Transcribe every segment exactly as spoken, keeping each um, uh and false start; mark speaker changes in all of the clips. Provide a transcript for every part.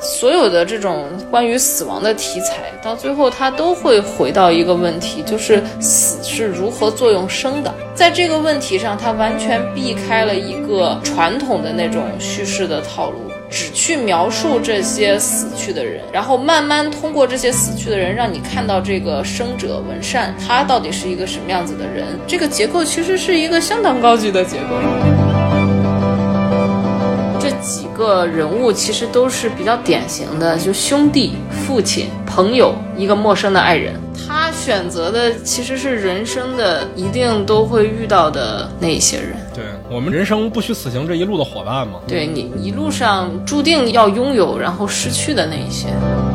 Speaker 1: 所有的这种关于死亡的题材，到最后它都会回到一个问题，就是死是如何作用生的。在这个问题上，它完全避开了一个传统的那种叙事的套路，只去描述这些死去的人，然后慢慢通过这些死去的人，让你看到这个生者文善他到底是一个什么样子的人。这个结构其实是一个相当高级的结构。这几个人物其实都是比较典型的，就兄弟、父亲、朋友，一个陌生的爱人。他选择的其实是人生的一定都会遇到的那一些人。
Speaker 2: 对，我们人生不虚此行这一路的伙伴嘛。
Speaker 1: 对，你一路上注定要拥有然后失去的那一些。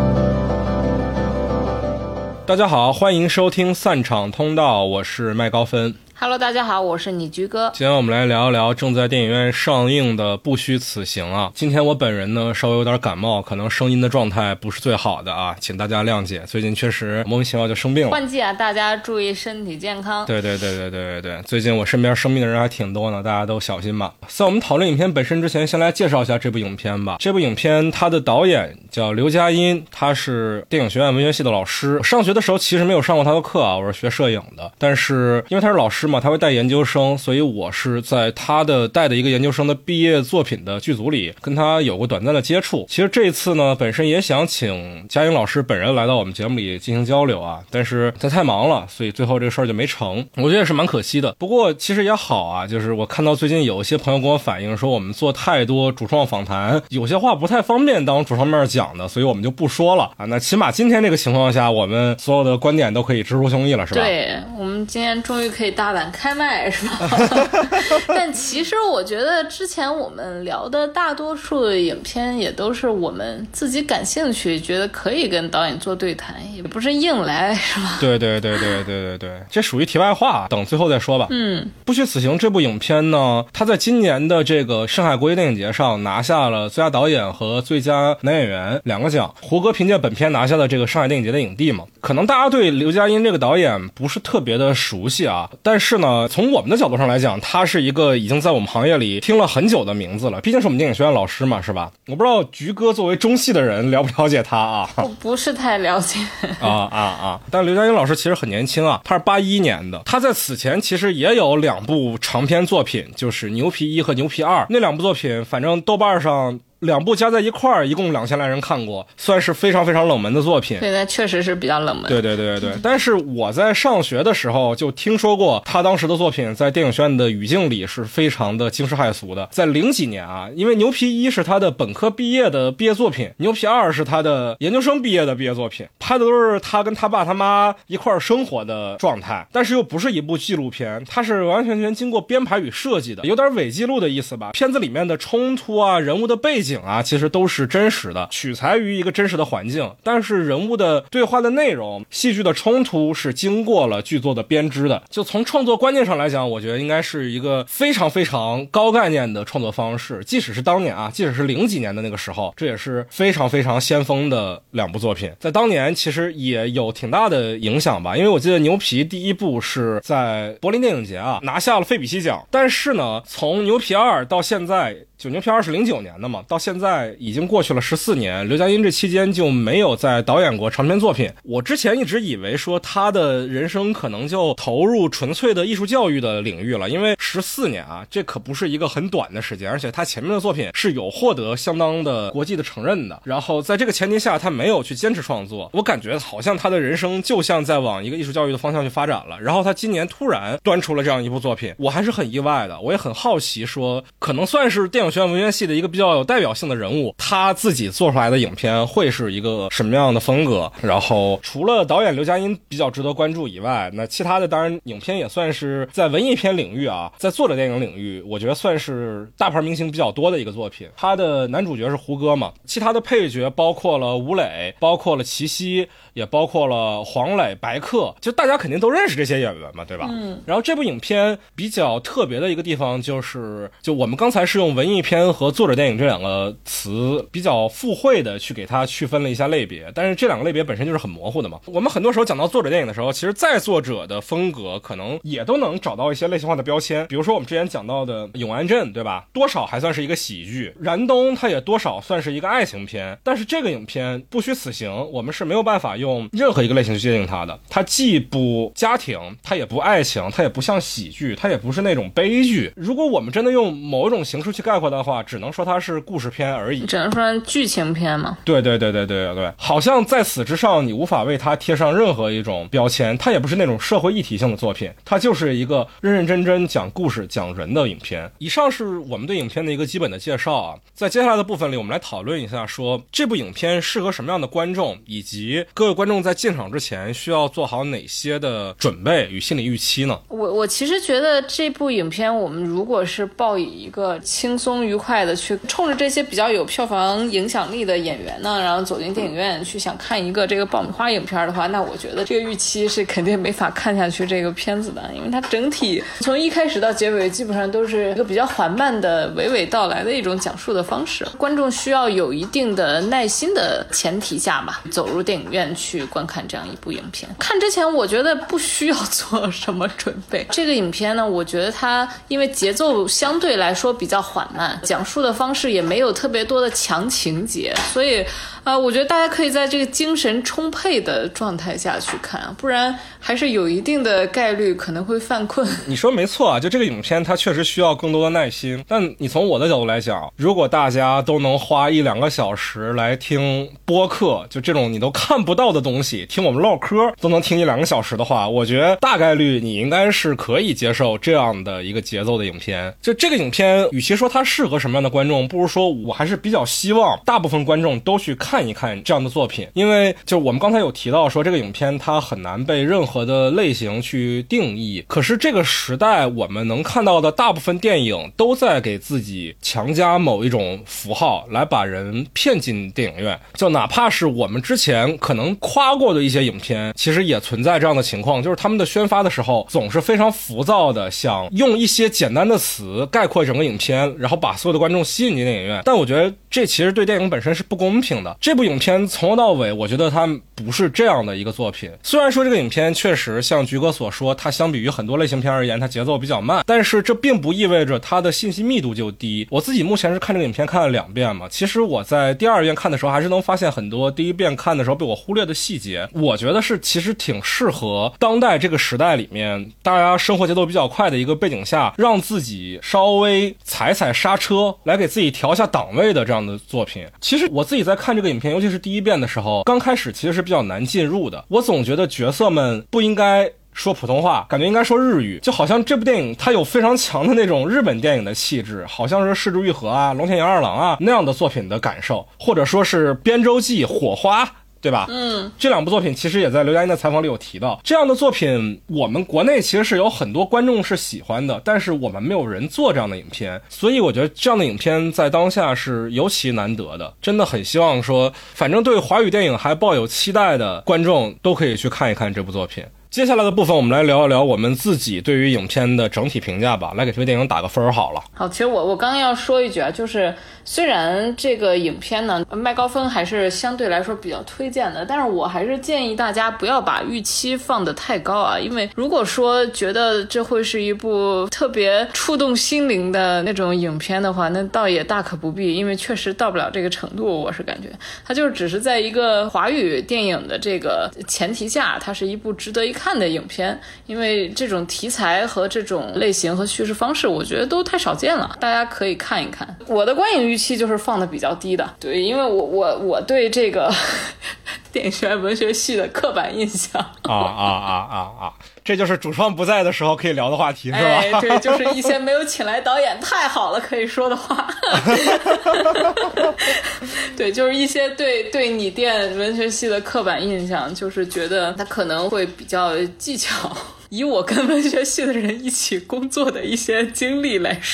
Speaker 2: 大家好，欢迎收听散场通道，我是麦高芬。
Speaker 1: Hello， 大家好，我是你居哥。
Speaker 2: 今天我们来聊一聊正在电影院上映的《不虚此行》啊。今天我本人呢稍微有点感冒，可能声音的状态不是最好的啊，请大家谅解。最近确实莫名其妙就生病了。
Speaker 1: 换季啊，大家注意身体健康。
Speaker 2: 对对对对对对对，最近我身边生病的人还挺多呢，大家都小心吧。在我们讨论影片本身之前，先来介绍一下这部影片吧。这部影片它的导演叫刘嘉欣，他是电影学院文学系的老师。上学的时候其实没有上过他的课啊，我是学摄影的，但是因为他是老师嘛，他会带研究生，所以我是在他的带的一个研究生的毕业作品的剧组里跟他有过短暂的接触。其实这一次呢，本身也想请嘉欣老师本人来到我们节目里进行交流啊，但是他太忙了，所以最后这个事儿就没成。我觉得也是蛮可惜的。不过其实也好啊，就是我看到最近有一些朋友跟我反映说，我们做太多主创访谈，有些话不太方便当主创面讲的，所以我们就不说了啊。那起码今天这个情况下，我们所有的观点都可以直抒胸臆了，是吧？
Speaker 1: 对，我们今天终于可以大胆开麦，是吧？但其实我觉得之前我们聊的大多数的影片也都是我们自己感兴趣，觉得可以跟导演做对谈，也不是硬来，是吧？
Speaker 2: 对对对对对对对，这属于题外话，等最后再说吧。
Speaker 1: 嗯，
Speaker 2: 不虚此行这部影片呢，它在今年的这个上海国际电影节上拿下了最佳导演和最佳男演员两个奖。胡歌凭借本片拿下了这个上海电影节的影帝嘛。可能大家对刘嘉欣这个导演不是特别的熟悉啊，但是呢，从我们的角度上来讲，他是一个已经在我们行业里听了很久的名字了，毕竟是我们电影学院老师嘛，是吧？我不知道菊哥作为中戏的人了不了解他啊？
Speaker 1: 我不是太了解
Speaker 2: 啊啊啊！但刘嘉欣老师其实很年轻啊，他是八一年的，他在此前其实也有两部长篇作品，就是《牛皮一》和《牛皮二》，那两部作品反正豆瓣上两部加在一块儿，一共两千来人看过，算是非常非常冷门的作品。
Speaker 1: 对，那确实是比较冷门。
Speaker 2: 对对对对对。但是我在上学的时候就听说过他当时的作品，在电影学院的语境里是非常的惊世骇俗的。在零几年啊，因为牛皮一是他的本科毕业的毕业作品，牛皮二是他的研究生毕业的毕业作品，拍的都是他跟他爸他妈一块儿生活的状态，但是又不是一部纪录片，它是完完全全经过编排与设计的，有点伪纪录的意思吧。片子里面的冲突啊，人物的背景啊，其实都是真实的，取材于一个真实的环境，但是人物的对话的内容、戏剧的冲突是经过了剧作的编织的。就从创作观念上来讲，我觉得应该是一个非常非常高概念的创作方式，即使是当年啊，即使是零几年的那个时候，这也是非常非常先锋的两部作品，在当年其实也有挺大的影响吧。因为我记得牛皮第一部是在柏林电影节啊拿下了费比西奖，但是呢，从牛皮二到现在，就牛皮二是零九年的嘛，到现在已经过去了十四年，刘嘉欣这期间就没有再导演过长篇作品。我之前一直以为说他的人生可能就投入纯粹的艺术教育的领域了，因为十四年啊，这可不是一个很短的时间，而且他前面的作品是有获得相当的国际的承认的。然后在这个前提下，他没有去坚持创作，我感觉好像他的人生就像在往一个艺术教育的方向去发展了。然后他今年突然端出了这样一部作品，我还是很意外的，我也很好奇说，可能算是电影学院文学系的一个比较有代表性的人物，他自己做出来的影片会是一个什么样的风格。然后除了导演刘嘉欣比较值得关注以外，那其他的当然影片也算是在文艺片领域啊，在作者电影领域，我觉得算是大牌明星比较多的一个作品。他的男主角是胡歌嘛，其他的配角包括了吴磊，包括了齐溪，也包括了黄磊、白客，就大家肯定都认识这些演员嘛，对吧？嗯。然后这部影片比较特别的一个地方就是，就我们刚才是用文艺艺片和作者电影这两个词比较附会的去给它区分了一下类别，但是这两个类别本身就是很模糊的嘛。我们很多时候讲到作者电影的时候，其实在作者的风格可能也都能找到一些类型化的标签，比如说我们之前讲到的永安镇，对吧，多少还算是一个喜剧，燃冬它也多少算是一个爱情片，但是这个影片不虚此行，我们是没有办法用任何一个类型去界定它的，它既不家庭，它也不爱情，它也不像喜剧，它也不是那种悲剧，如果我们真的用某种形式去概括的话，只能说它是故事片而已，
Speaker 1: 只能说剧情片嘛。
Speaker 2: 对对对对对对，好像在此之上你无法为它贴上任何一种标签，它也不是那种社会议题性的作品，它就是一个认认真真讲故事讲人的影片。以上是我们对影片的一个基本的介绍啊，在接下来的部分里我们来讨论一下说这部影片适合什么样的观众，以及各位观众在进场之前需要做好哪些的准备与心理预期呢？
Speaker 1: 我我其实觉得这部影片我们如果是抱以一个轻松愉快的去冲着这些比较有票房影响力的演员呢，然后走进电影院去想看一个这个爆米花影片的话，那我觉得这个预期是肯定没法看下去这个片子的，因为它整体从一开始到结尾基本上都是一个比较缓慢的娓娓道来的一种讲述的方式，观众需要有一定的耐心的前提下吧，走入电影院去观看这样一部影片。看之前我觉得不需要做什么准备，这个影片呢，我觉得它因为节奏相对来说比较缓慢，讲述的方式也没有特别多的强情节，所以呃，我觉得大家可以在这个精神充沛的状态下去看，不然还是有一定的概率可能会犯困。
Speaker 2: 你说没错啊，就这个影片它确实需要更多的耐心，但你从我的角度来讲，如果大家都能花一两个小时来听播客，就这种你都看不到的东西，听我们唠嗑都能听一两个小时的话，我觉得大概率你应该是可以接受这样的一个节奏的影片。就这个影片与其说它适合什么样的观众，不如说我还是比较希望大部分观众都去看一看这样的作品，因为就我们刚才有提到说这个影片它很难被任何的类型去定义，可是这个时代我们能看到的大部分电影都在给自己强加某一种符号来把人骗进电影院，就哪怕是我们之前可能夸过的一些影片，其实也存在这样的情况，就是他们的宣发的时候总是非常浮躁的想用一些简单的词概括整个影片，然后把所有的观众吸引进电影院，但我觉得这其实对电影本身是不公平的。这部影片从头到尾我觉得它不是这样的一个作品，虽然说这个影片确实像菊哥所说，它相比于很多类型片而言它节奏比较慢，但是这并不意味着它的信息密度就低。我自己目前是看这个影片看了两遍嘛，其实我在第二遍看的时候还是能发现很多第一遍看的时候被我忽略的细节，我觉得是其实挺适合当代这个时代里面大家生活节奏比较快的一个背景下，让自己稍微踩踩刹车来给自己调下档位的这样的作品。其实我自己在看这个影片，尤其是第一遍的时候，刚开始其实是比较难进入的，我总觉得角色们不应该说普通话，感觉应该说日语，就好像这部电影它有非常强的那种日本电影的气质，好像是是枝裕和啊、龙田洋二郎啊那样的作品的感受，或者说是编舟记、火花，对吧？
Speaker 1: 嗯，
Speaker 2: 这两部作品其实也在刘嘉欣的采访里有提到，这样的作品我们国内其实是有很多观众是喜欢的，但是我们没有人做这样的影片，所以我觉得这样的影片在当下是尤其难得的，真的很希望说反正对华语电影还抱有期待的观众都可以去看一看这部作品。接下来的部分我们来聊一聊我们自己对于影片的整体评价吧，来给这部电影打个分好了。
Speaker 1: 好，其实我我刚刚要说一句啊，就是虽然这个影片呢麦高芬还是相对来说比较推荐的，但是我还是建议大家不要把预期放得太高啊，因为如果说觉得这会是一部特别触动心灵的那种影片的话，那倒也大可不必，因为确实到不了这个程度，我是感觉它就是只是在一个华语电影的这个前提下，它是一部值得一看的影片，因为这种题材和这种类型和叙事方式我觉得都太少见了，大家可以看一看。我的观影预期就是放的比较低的，对，因为我我我对这个电影学院文学系的刻板印象
Speaker 2: 啊啊啊啊啊！这就是主创不在的时候可以聊的话题，是吧？
Speaker 1: 哎，对，就是一些没有请来导演太好了可以说的话。对，就是一些对对你电文学系的刻板印象，就是觉得他可能会比较技巧。以我跟文学系的人一起工作的一些经历来说，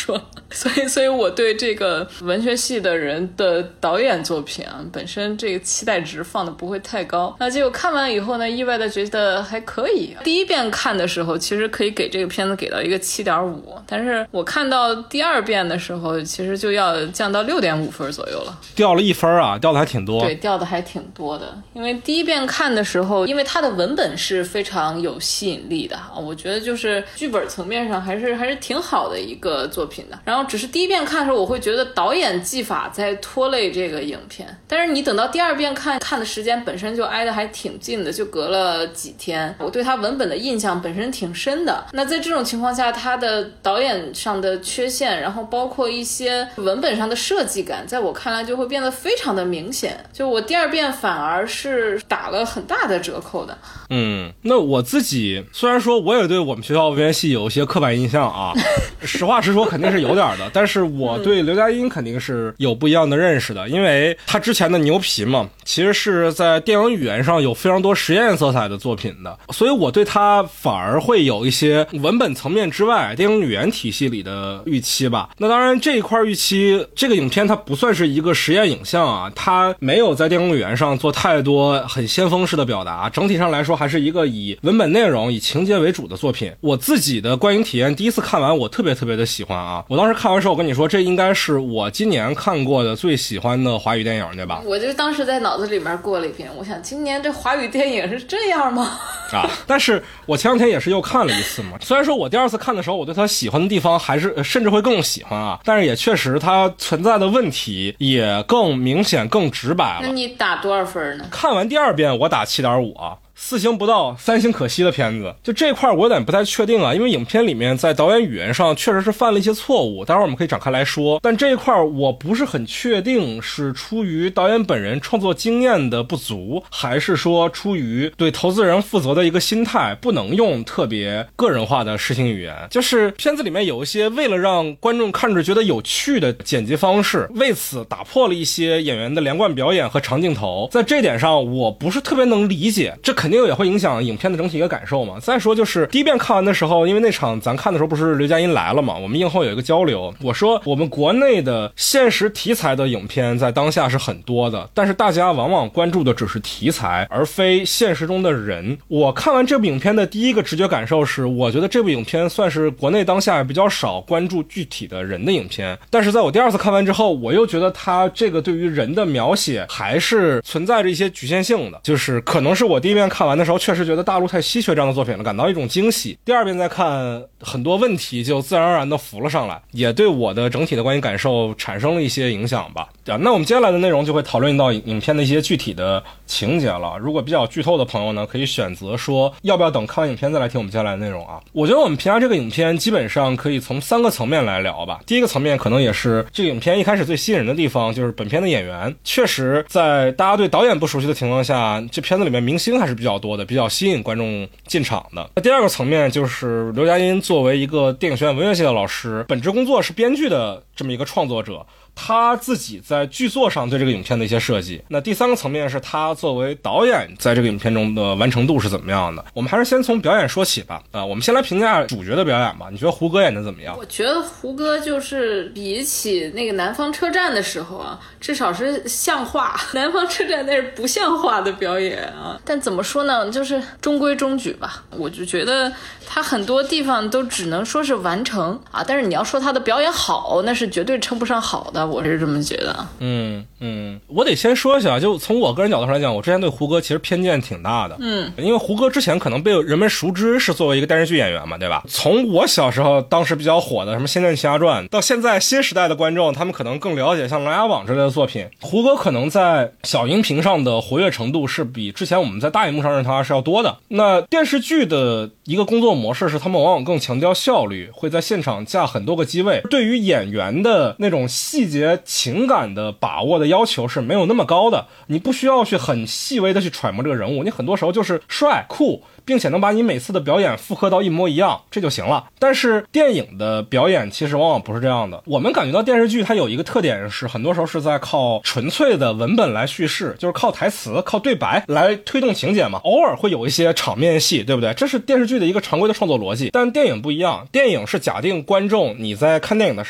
Speaker 1: 所以所以我对这个文学系的人的导演作品啊，本身这个期待值放的不会太高。那结果看完以后呢，意外的觉得还可以。第一遍看的时候其实可以给这个片子给到一个 七点五， 但是我看到第二遍的时候其实就要降到六点五分左右了，
Speaker 2: 掉了一分啊，掉的还挺多。
Speaker 1: 对，掉的还挺多的。因为第一遍看的时候，因为它的文本是非常有吸引力的，我觉得就是剧本层面上还是还是挺好的一个作品的。然后只是第一遍看的时候，我会觉得导演技法在拖累这个影片，但是你等到第二遍看，看的时间本身就挨得还挺近的，就隔了几天，我对他文本的印象本身挺深的。那在这种情况下，他的导演上的缺陷，然后包括一些文本上的设计感，在我看来就会变得非常的明显，就我第二遍反而是打了很大的折扣的。
Speaker 2: 嗯，那我自己虽然说我也对我们学校文学系有一些刻板印象啊，实话实说肯定是有点的，但是我对刘嘉欣肯定是有不一样的认识的，因为他之前的牛皮嘛，其实是在电影语言上有非常多实验色彩的作品的，所以我对他反而会有一些文本层面之外电影语言体系里的预期吧。那当然这一块预期，这个影片它不算是一个实验影像啊，它没有在电影语言上做太多很先锋式的表达，整体上来说还是一个以文本内容以情节为主的作品。我自己的观影体验第一次看完我特别特别的喜欢啊，我当时看完时候我跟你说这应该是我今年看过的最喜欢的华语电影，对吧？
Speaker 1: 我就当时在脑子里面过了一遍，我想今年这华语电影是这样吗？
Speaker 2: 啊！但是我前两天也是又看了一次嘛，虽然说我第二次看的时候我对他喜欢的地方还是甚至会更喜欢啊，但是也确实它存在的问题也更明显更直白了。
Speaker 1: 那你打多少分呢？
Speaker 2: 看完第二遍我打 七点五 啊，四星不到三星可惜的片子。就这块我有点不太确定啊，因为影片里面在导演语言上确实是犯了一些错误，待会儿我们可以展开来说，但这一块我不是很确定是出于导演本人创作经验的不足，还是说出于对投资人负责的一个心态，不能用特别个人化的视听语言。就是片子里面有一些为了让观众看着觉得有趣的剪辑方式，为此打破了一些演员的连贯表演和长镜头，在这点上我不是特别能理解，这肯定也会影响影片的整体一个感受嘛。再说就是第一遍看完的时候，因为那场咱看的时候不是刘嘉欣来了嘛，我们映后有一个交流，我说我们国内的现实题材的影片在当下是很多的，但是大家往往关注的只是题材而非现实中的人。我看完这部影片的第一个直觉感受是，我觉得这部影片算是国内当下比较少关注具体的人的影片，但是在我第二次看完之后，我又觉得它这个对于人的描写还是存在着一些局限性的，就是可能是我第一遍看完的时候确实觉得大陆太稀缺这样的作品了，感到一种惊喜，第二遍再看很多问题就自然而然的浮了上来，也对我的整体的观影感受产生了一些影响吧。那我们接下来的内容就会讨论到影片的一些具体的情节了，如果比较剧透的朋友呢，可以选择说要不要等看完影片再来听我们接下来的内容啊。我觉得我们评价这个影片基本上可以从三个层面来聊吧。第一个层面可能也是这个影片一开始最吸引人的地方，就是本片的演员，确实在大家对导演不熟悉的情况下，这片子里面明星还是比较多的，比较吸引观众进场的。那第二个层面就是刘嘉欣作为一个电影学院文学系的老师，本职工作是编剧的这么一个创作者，他自己在剧作上对这个影片的一些设计。那第三个层面是他作为导演在这个影片中的完成度是怎么样的。我们还是先从表演说起吧。啊，我们先来评价主角的表演吧。你觉得胡歌演的怎么样？
Speaker 1: 我觉得胡歌就是比起那个南方车站的时候啊，至少是像话。南方车站那是不像话的表演啊。但怎么说呢，就是中规中矩吧。我就觉得他很多地方都只能说是完成啊，但是你要说他的表演好，那是绝对称不上好的。我是这么觉得。
Speaker 2: 嗯嗯，我得先说一下，就从我个人角度上来讲，我之前对胡歌其实偏见挺大的。嗯，因为胡歌之前可能被人们熟知是作为一个电视剧演员嘛，对吧？从我小时候当时比较火的什么《仙剑奇侠传》，到现在新时代的观众，他们可能更了解像《琅琊榜》之类的作品，胡歌可能在小荧屏上的活跃程度是比之前我们在大荧幕上认他是要多的。那电视剧的一个工作模式是他们往往更强调效率，会在现场架很多个机位，对于演员的那种细节情感的把握的要求是没有那么高的，你不需要去很细微的去揣摩这个人物，你很多时候就是帅酷，并且能把你每次的表演复刻到一模一样，这就行了。但是电影的表演其实往往不是这样的。我们感觉到电视剧它有一个特点是，很多时候是在靠纯粹的文本来叙事，就是靠台词靠对白来推动情节嘛，偶尔会有一些场面戏，对不对？这是电视剧的一个常规的创作逻辑。但电影不一样，电影是假定观众你在看电影的时候是专心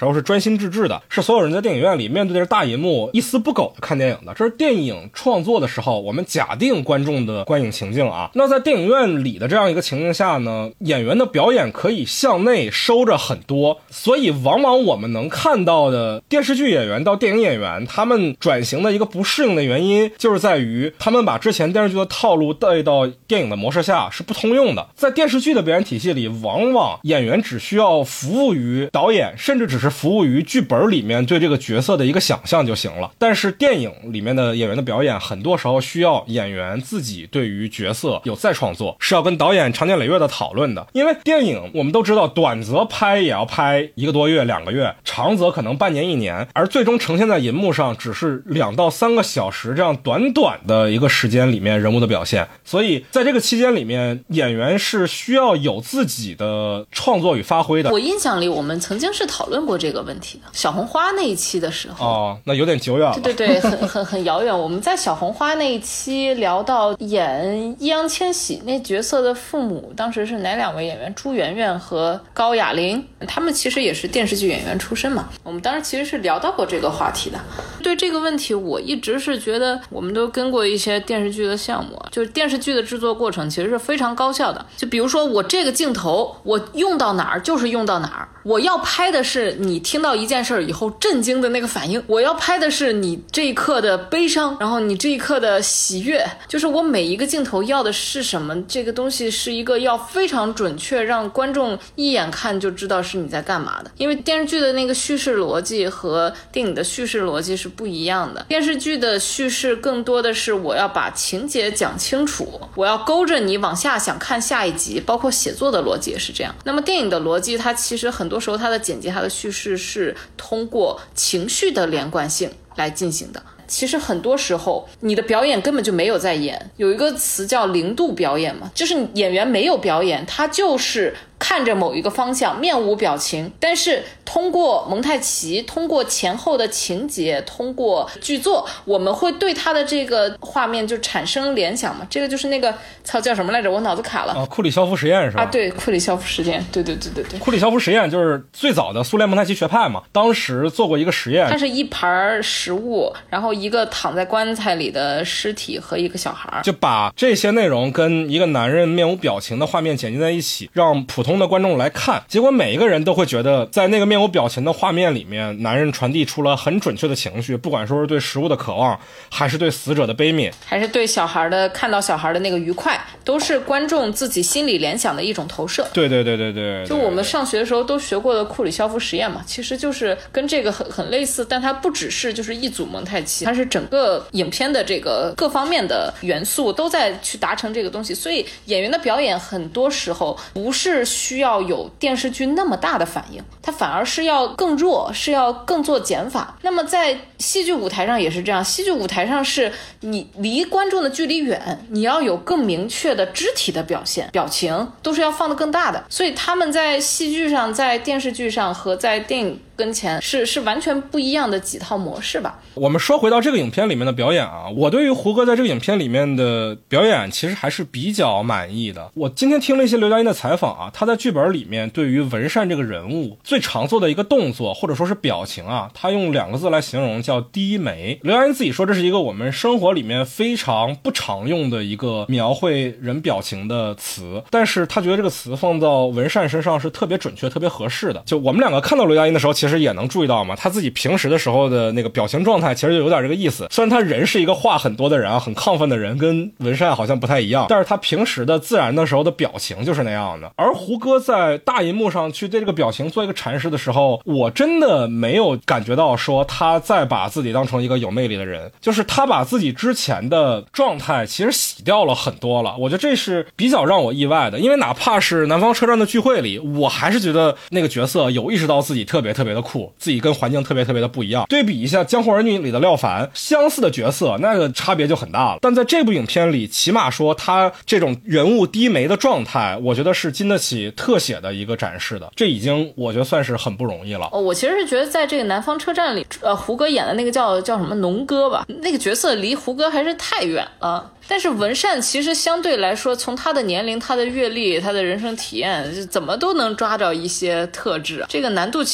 Speaker 2: 心致志的，是所有人在电影院里面对着大银幕一丝不苟的看电影的。这是电影创作的时候我们假定观众的观影情境啊。那在电影院里的这样一个情境下呢，演员的表演可以向内收着很多，所以往往我们能看到的电视剧演员到电影演员他们转型的一个不适应的原因，就是在于他们把之前电视剧的套路带到电影的模式下是不通用的。在电视剧的表演体系里，往往演员只需要服务于导演，甚至只是服务于剧本里面对这个角色的一个想象就行了。但是电影里面的演员的表演很多时候需要演员自己对于角色有再创作，是要跟导演长年累月的讨论的。因为电影我们都知道，短则拍也要拍一个多月两个月，长则可能半年一年，而最终呈现在银幕上只是两到三个小时这样短短的一个时间里面人物的表现。所以在这个期间里面，演员是需要有自己的创作与发挥的。
Speaker 1: 我印象里我们曾经是讨论过这个问题的，小红花那一期的时候。
Speaker 2: 哦，那有点久远了。
Speaker 1: 对对对，很很很遥远。我们在小红花那一期聊到演易烊千玺那角色的父母，当时是哪两位演员？朱媛媛和高亚麟，他们其实也是电视剧演员出身嘛。我们当时其实是聊到过这个话题的。对这个问题，我一直是觉得，我们都跟过一些电视剧的项目，就是电视剧的制作过程其实是非常高效的。就比如说我这个镜头，我用到哪儿就是用到哪儿。我要拍的是你听到一件事以后震惊的那个反应，我要拍的是你这一刻的悲伤，然后你这一刻的喜悦，就是我每一个镜头要的是什么，这个东西是一个要非常准确，让观众一眼看就知道是你在干嘛的。因为电视剧的那个叙事逻辑和电影的叙事逻辑是不一样的。电视剧的叙事更多的是我要把情节讲清楚，我要勾着你往下想看下一集，包括写作的逻辑也是这样。那么电影的逻辑，它其实很多时候它的剪辑，它的叙事是通过情绪的连贯性来进行的。其实很多时候你的表演根本就没有在演，有一个词叫零度表演嘛，就是演员没有表演，他就是看着某一个方向，面无表情，但是通过蒙太奇，通过前后的情节，通过剧作，我们会对他的这个画面就产生联想嘛。这个就是那个操叫什么来着，我脑子卡了啊，
Speaker 2: 库里肖夫实验是吧？
Speaker 1: 啊，对，库里肖夫实验，对对对对对。
Speaker 2: 库里肖夫实验就是最早的苏联蒙太奇学派嘛，当时做过一个实验，
Speaker 1: 它是一盘食物，然后一个躺在棺材里的尸体和一个小孩，
Speaker 2: 就把这些内容跟一个男人面无表情的画面剪辑在一起，让普通的观众来看，结果每一个人都会觉得在那个面无表情的画面里面，男人传递出了很准确的情绪，不管说是对食物的渴望，还是对死者的悲悯，
Speaker 1: 还是对小孩的看到小孩的那个愉快，都是观众自己心里联想的一种投射。
Speaker 2: 对对对对 对, 对, 对，
Speaker 1: 就我们上学的时候都学过的库里肖夫实验嘛，其实就是跟这个很很类似，但它不只是就是一组蒙太奇，它是整个影片的这个各方面的元素都在去达成这个东西。所以演员的表演很多时候不是需要有电视剧那么大的反应，它反而是要更弱，是要更做减法。那么在戏剧舞台上也是这样，戏剧舞台上是你离观众的距离远，你要有更明确的肢体的表现，表情都是要放得更大的。所以他们在戏剧上，在电视剧上和在电影跟前是是完全不一样的几套模式吧。
Speaker 2: 我们说回到这个影片里面的表演啊，我对于胡歌在这个影片里面的表演其实还是比较满意的。我今天听了一些刘嘉欣的采访啊，他在剧本里面对于文善这个人物最常做的一个动作或者说是表情啊，他用两个字来形容，叫低眉。刘嘉欣自己说这是一个我们生活里面非常不常用的一个描绘人表情的词，但是他觉得这个词放到文善身上是特别准确特别合适的。就我们两个看到刘嘉欣的时候其实也能注意到嘛，他自己平时的时候的那个表情状态其实就有点这个意思。虽然他人是一个话很多的人啊，很亢奋的人，跟文善好像不太一样，但是他平时的自然的时候的表情就是那样的。而胡歌在大银幕上去对这个表情做一个阐释的时候，我真的没有感觉到说他在把自己当成一个有魅力的人，就是他把自己之前的状态其实洗掉了很多了。我觉得这是比较让我意外的，因为哪怕是南方车站的聚会里，我还是觉得那个角色有意识到自己特别特别的酷，自己跟环境特别特别的不一样。对比一下江湖儿女里的廖凡，相似的角色那个差别就很大了。但在这部影片里，起码说他这种人物低眉的状态，我觉得是经得起特写的一个展示的，这已经我觉得算是很不容易了。
Speaker 1: 哦，我其实是觉得在这个南方车站里，呃，胡歌演的那个叫叫什么农哥吧，那个角色离胡歌还是太远了。但是文善其实相对来说，从他的年龄、他的阅历、他的人生体验，怎么都能抓着一些特质。这个难度其实是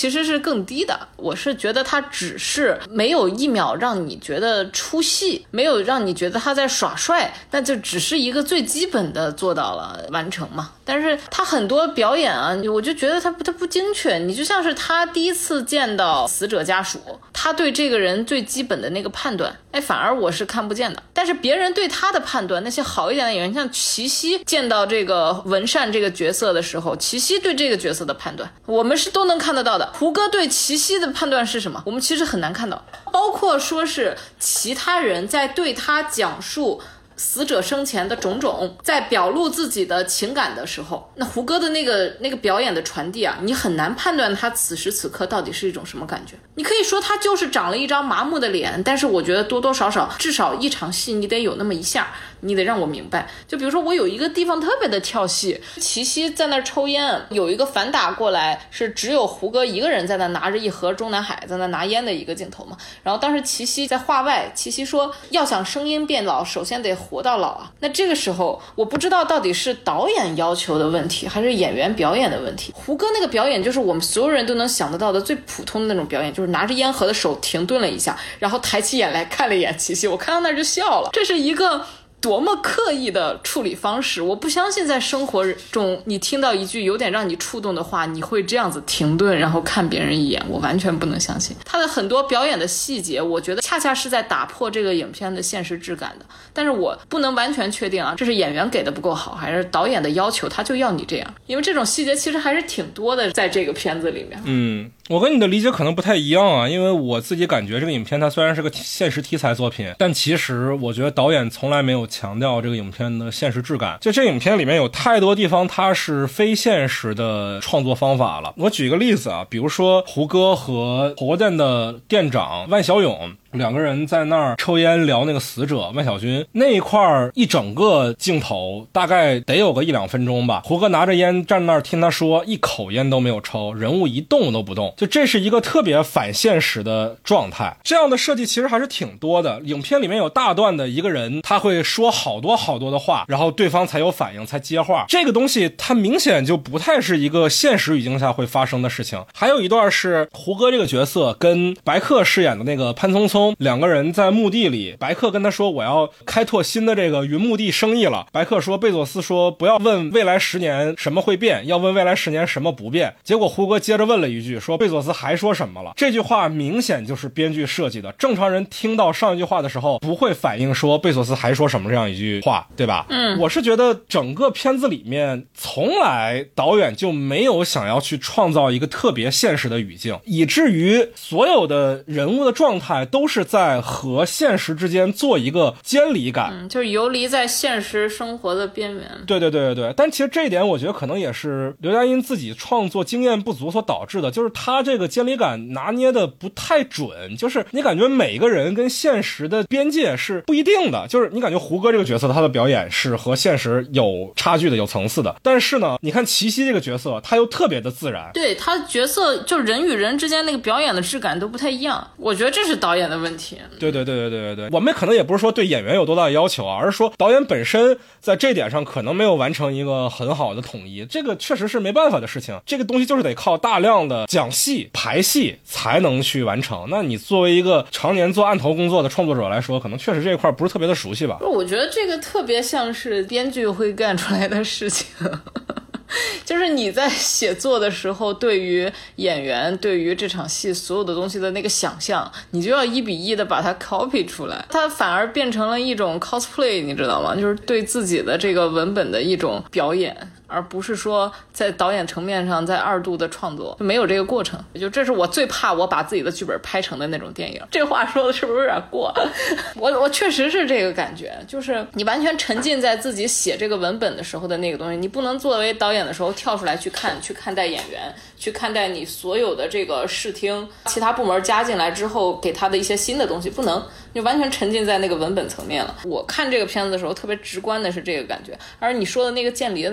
Speaker 1: 更低的。我是觉得他只是没有一秒让你觉得出戏，没有让你觉得他在耍帅，那就只是一个最基本的做到了完成嘛。但是他很多表演啊，我就觉得他他不精确。你就像是他第一次见到死者家属，他对这个人最基本的那个判断，哎，反而我是看不见的。但是别人对他的判断，那些好一点的演员，像齐溪见到这个文善这个角色的时候，齐溪对这个角色的判断，我们是都能看得到的。胡歌对齐溪的判断是什么？我们其实很难看到。包括说是其他人在对他讲述死者生前的种种，在表露自己的情感的时候，那胡歌的那个那个表演的传递啊，你很难判断他此时此刻到底是一种什么感觉。你可以说他就是长了一张麻木的脸，但是我觉得多多少少至少一场戏你得有那么一下，你得让我明白。就比如说我有一个地方特别的跳戏，齐溪在那儿抽烟，有一个反打过来，是只有胡歌一个人在那拿着一盒中南海在那拿烟的一个镜头嘛。然后当时齐溪在话外，齐溪说要想声音变老，首先得活到老啊。那这个时候我不知道到底是导演要求的问题还是演员表演的问题。胡歌那个表演就是我们所有人都能想得到的最普通的那种表演，就是拿着烟盒的手停顿了一下，然后抬起眼来看了一眼齐溪，我看到那儿就笑了。这是一个多么刻意的处理方式，我不相信在生活中你听到一句有点让你触动的话，你会这样子停顿然后看别人一眼，我完全不能相信。他的很多表演的细节，我觉得恰恰是在打破这个影片的现实质感的，但是我不能完全确定啊，这是演员给的不够好，还是导演的要求他就要你这样，因为这种细节其实还是挺多的在这个片子里面。
Speaker 2: 嗯，我跟你的理解可能不太一样啊，因为我自己感觉这个影片它虽然是个现实题材作品，但其实我觉得导演从来没有强调这个影片的现实质感。就这影片里面有太多地方它是非现实的创作方法了。我举个例子啊，比如说胡歌和火锅店的店长万小勇两个人在那儿抽烟聊那个死者万小军那一块儿，一整个镜头大概得有个一两分钟吧。胡歌拿着烟站那儿听他说，一口烟都没有抽，人物一动都不动，就这是一个特别反现实的状态。这样的设计其实还是挺多的。影片里面有大段的一个人他会说好多好多的话，然后对方才有反应才接话，这个东西它明显就不太是一个现实语境下会发生的事情。还有一段是胡歌这个角色跟白客饰演的那个潘聪聪两个人在墓地里，白客跟他说我要开拓新的这个云墓地生意了。白客说贝佐斯说不要问未来十年什么会变，要问未来十年什么不变。结果胡歌接着问了一句说贝佐斯还说什么了。这句话明显就是编剧设计的，正常人听到上一句话的时候不会反应说贝佐斯还说什么这样一句话，对吧？嗯，我是觉得整个片子里面从来导演就没有想要去创造一个特别现实的语境，以至于所有的人物的状态都是在和现实之间做一个间离感，
Speaker 1: 嗯，就是游离在现实生活的边缘。
Speaker 2: 对对对对对，但其实这一点我觉得可能也是刘嘉欣自己创作经验不足所导致的，就是他这个间离感拿捏的不太准，就是你感觉每个人跟现实的边界是不一定的，就是你感觉胡歌这个角色他的表演是和现实有差距的有层次的，但是呢你看齐溪这个角色他又特别的自然，
Speaker 1: 对，他角色就人与人之间那个表演的质感都不太一样，我觉得这是导演的问题。
Speaker 2: 对对对对对对对，我们可能也不是说对演员有多大的要求啊，而是说导演本身在这点上可能没有完成一个很好的统一，这个确实是没办法的事情，这个东西就是得靠大量的讲戏排戏才能去完成。那你作为一个常年做案头工作的创作者来说，可能确实这一块不是特别的熟悉吧。
Speaker 1: 我觉得这个特别像是编剧会干出来的事情就是你在写作的时候，对于演员对于这场戏所有的东西的那个想象，你就要一比一的把它 copy 出来，它反而变成了一种 cosplay， 你知道吗？就是对自己的这个文本的一种表演，而不是说在导演层面上在二度的创作，没有这个过程。就这是我最怕我把自己的剧本拍成的那种电影。这话说的是不是有点过？我我确实是这个感觉，就是你完全沉浸在自己写这个文本的时候的那个东西，你不能作为导演的时候跳出来去看去看待演员，去看待你所有的这个视听其他部门加进来之后给他的一些新的东西，不能你完全沉浸在那个文本层面了。我看这个片子的时候特别直观的是这个感觉，而你说的那个渐离的那个问题，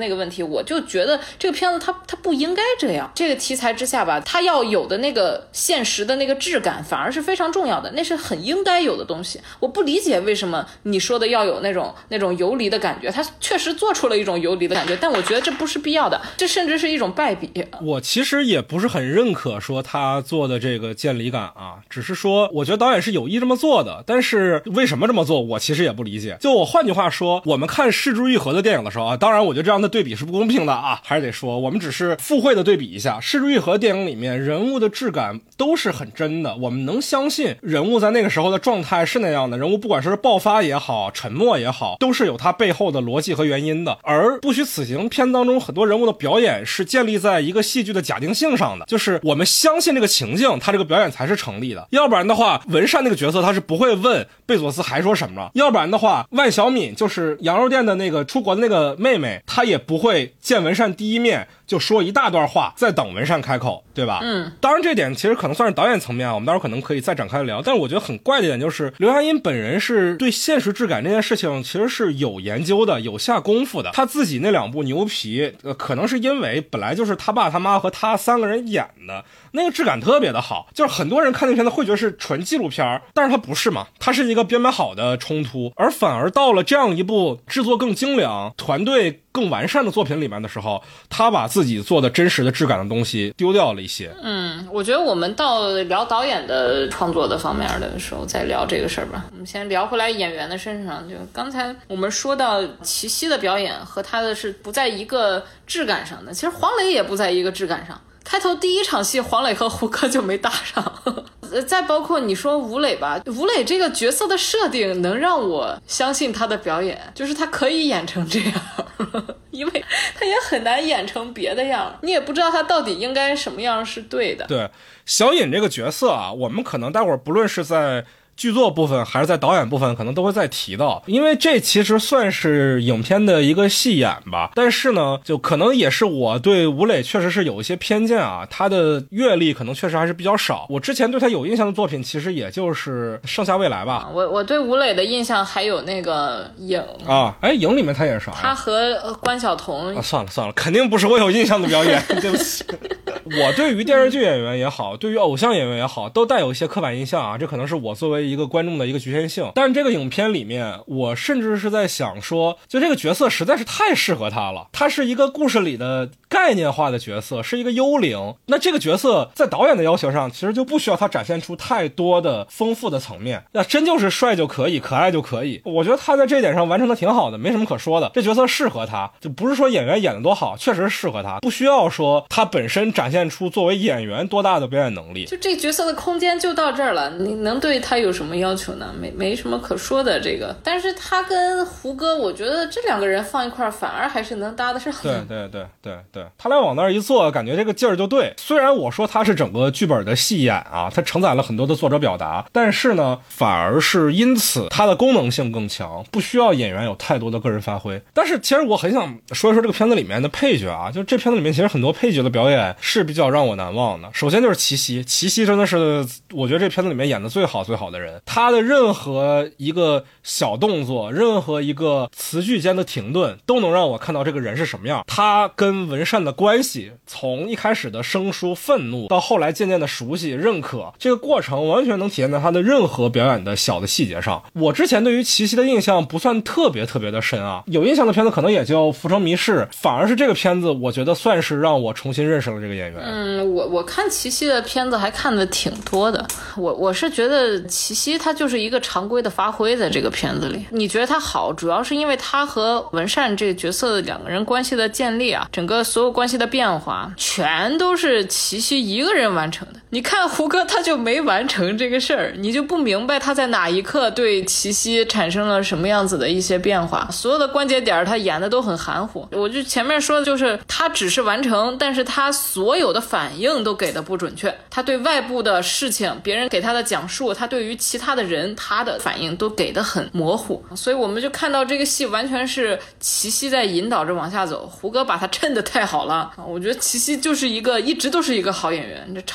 Speaker 1: 我就觉得这个片子它它不应该这样。这个题材之下吧，它要有的那个现实的那个质感反而是非常重要的，那是很应该有的东西。我不理解为什么你说的要有那种那种游离的感觉，它确实做出了一种游离的感觉，但我觉得这不是必要的，这甚至是一种败笔。
Speaker 2: 我其实也不是很认可说他做的这个渐离感啊，只是说我觉得导演是有意这么做的，但是为什么这么做我其实也不理解。就我换句话说，我们看是枝裕和的电影的时候啊，当然我觉得这样的对比是不公平的啊，还是得说我们只是附会的对比一下。是枝裕和电影里面人物的质感都是很真的，我们能相信人物在那个时候的状态是那样的，人物不管是爆发也好沉默也好，都是有他背后的逻辑和原因的。而不虚此行片当中很多人物的表演是建立在一个戏剧的假定性上的，就是我们相信这个情境他这个表演才是成立的，要不然的话文善那个角色他是不会问贝佐斯还说什么，要不然的话万小敏就是羊肉店的那个出国的那个妹妹，她也不会见文善第一面就说一大段话再等文善开口，对吧？
Speaker 1: 嗯，
Speaker 2: 当然这点其实可能算是导演层面啊，我们到时候可能可以再展开聊。但是我觉得很怪的一点就是刘嘉欣本人是对现实质感这件事情其实是有研究的，有下功夫的。他自己那两部牛皮呃，可能是因为本来就是他爸他妈和他三个人演的，那个质感特别的好，就是很多人看那片子会觉得是纯纪录片，但是它不是嘛，它是一个编排好的冲突，而反而到了这样一部制作更精良团队更完善的作品里面的时候，他把自己做的真实的质感的东西丢掉了一些。
Speaker 1: 嗯，我觉得我们到聊导演的创作的方面的时候再聊这个事儿吧。我们先聊回来演员的身上，就刚才我们说到齐溪的表演和他的是不在一个质感上的，其实黄磊也不在一个质感上。开头第一场戏黄磊和胡歌就没搭上再包括你说吴磊吧，吴磊这个角色的设定能让我相信他的表演，就是他可以演成这样因为他也很难演成别的样，你也不知道他到底应该什么样是对的。
Speaker 2: 对，小尹这个角色啊，我们可能待会儿不论是在剧作部分还是在导演部分可能都会再提到，因为这其实算是影片的一个戏眼吧。但是呢就可能也是我对吴磊确实是有一些偏见啊，他的阅历可能确实还是比较少，我之前对他有印象的作品其实也就是盛夏未来吧。
Speaker 1: 我我对吴磊的印象还有那个影
Speaker 2: 啊，哎，影里面他演啥呀？
Speaker 1: 他和关晓彤、
Speaker 2: 啊、算了算了，肯定不是我有印象的表演对不起我对于电视剧演员也好，对于偶像演员也好，都带有一些刻板印象啊，这可能是我作为一个观众的一个局限性。但是这个影片里面我甚至是在想说，就这个角色实在是太适合他了，他是一个故事里的概念化的角色，是一个幽灵，那这个角色在导演的要求上其实就不需要他展现出太多的丰富的层面，那真就是帅就可以，可爱就可以。我觉得他在这一点上完成的挺好的，没什么可说的，这角色适合他，就不是说演员演得多好，确实适合他，不需要说他本身展现出作为演员多大的表演能力，
Speaker 1: 就这角色的空间就到这儿了，你能对他有什么要求呢？没没什么可说的这个。但是他跟胡歌，我觉得这两个人放一块反而还是能搭得上的。
Speaker 2: 对对对对对，他俩往那儿一坐，感觉这个劲儿就对。虽然我说他是整个剧本的戏眼啊，他承载了很多的作者表达，但是呢，反而是因此它的功能性更强，不需要演员有太多的个人发挥。但是其实我很想说一说这个片子里面的配角啊，就这片子里面其实很多配角的表演是比较让我难忘的。首先就是齐溪，齐溪真的是我觉得这片子里面演的最好最好的人，他的任何一个小动作，任何一个词句间的停顿，都能让我看到这个人是什么样。他跟文善的关系，从一开始的生疏愤怒到后来渐渐的熟悉认可，这个过程完全能体现在他的任何表演的小的细节上。我之前对于齐溪的印象不算特别特别的深啊，有印象的片子可能也就《浮城谜事》，反而是这个片子我觉得算是让我重新认识了这个演员。
Speaker 1: 嗯，我我看齐溪的片子还看的挺多的，我我是觉得齐溪他就是一个常规的发挥在这个片子里。你觉得他好，主要是因为他和文善这个角色的两个人关系的建立啊，整个所有关系的变化全都是齐溪一个人完成的。你看胡歌他就没完成这个事儿，你就不明白他在哪一刻对齐溪产生了什么样子的一些变化，所有的关节点他演的都很含糊。我就前面说的就是他只是完成，但是他所有的反应都给的不准确，他对外部的事情别人给他的讲述，他对于其他的人他的反应都给的很模糊，所以我们就看到这个戏完全是齐溪在引导着往下走，胡歌把他衬得太好了。我觉得齐溪就是一个一直都是一个好演员，这常规的发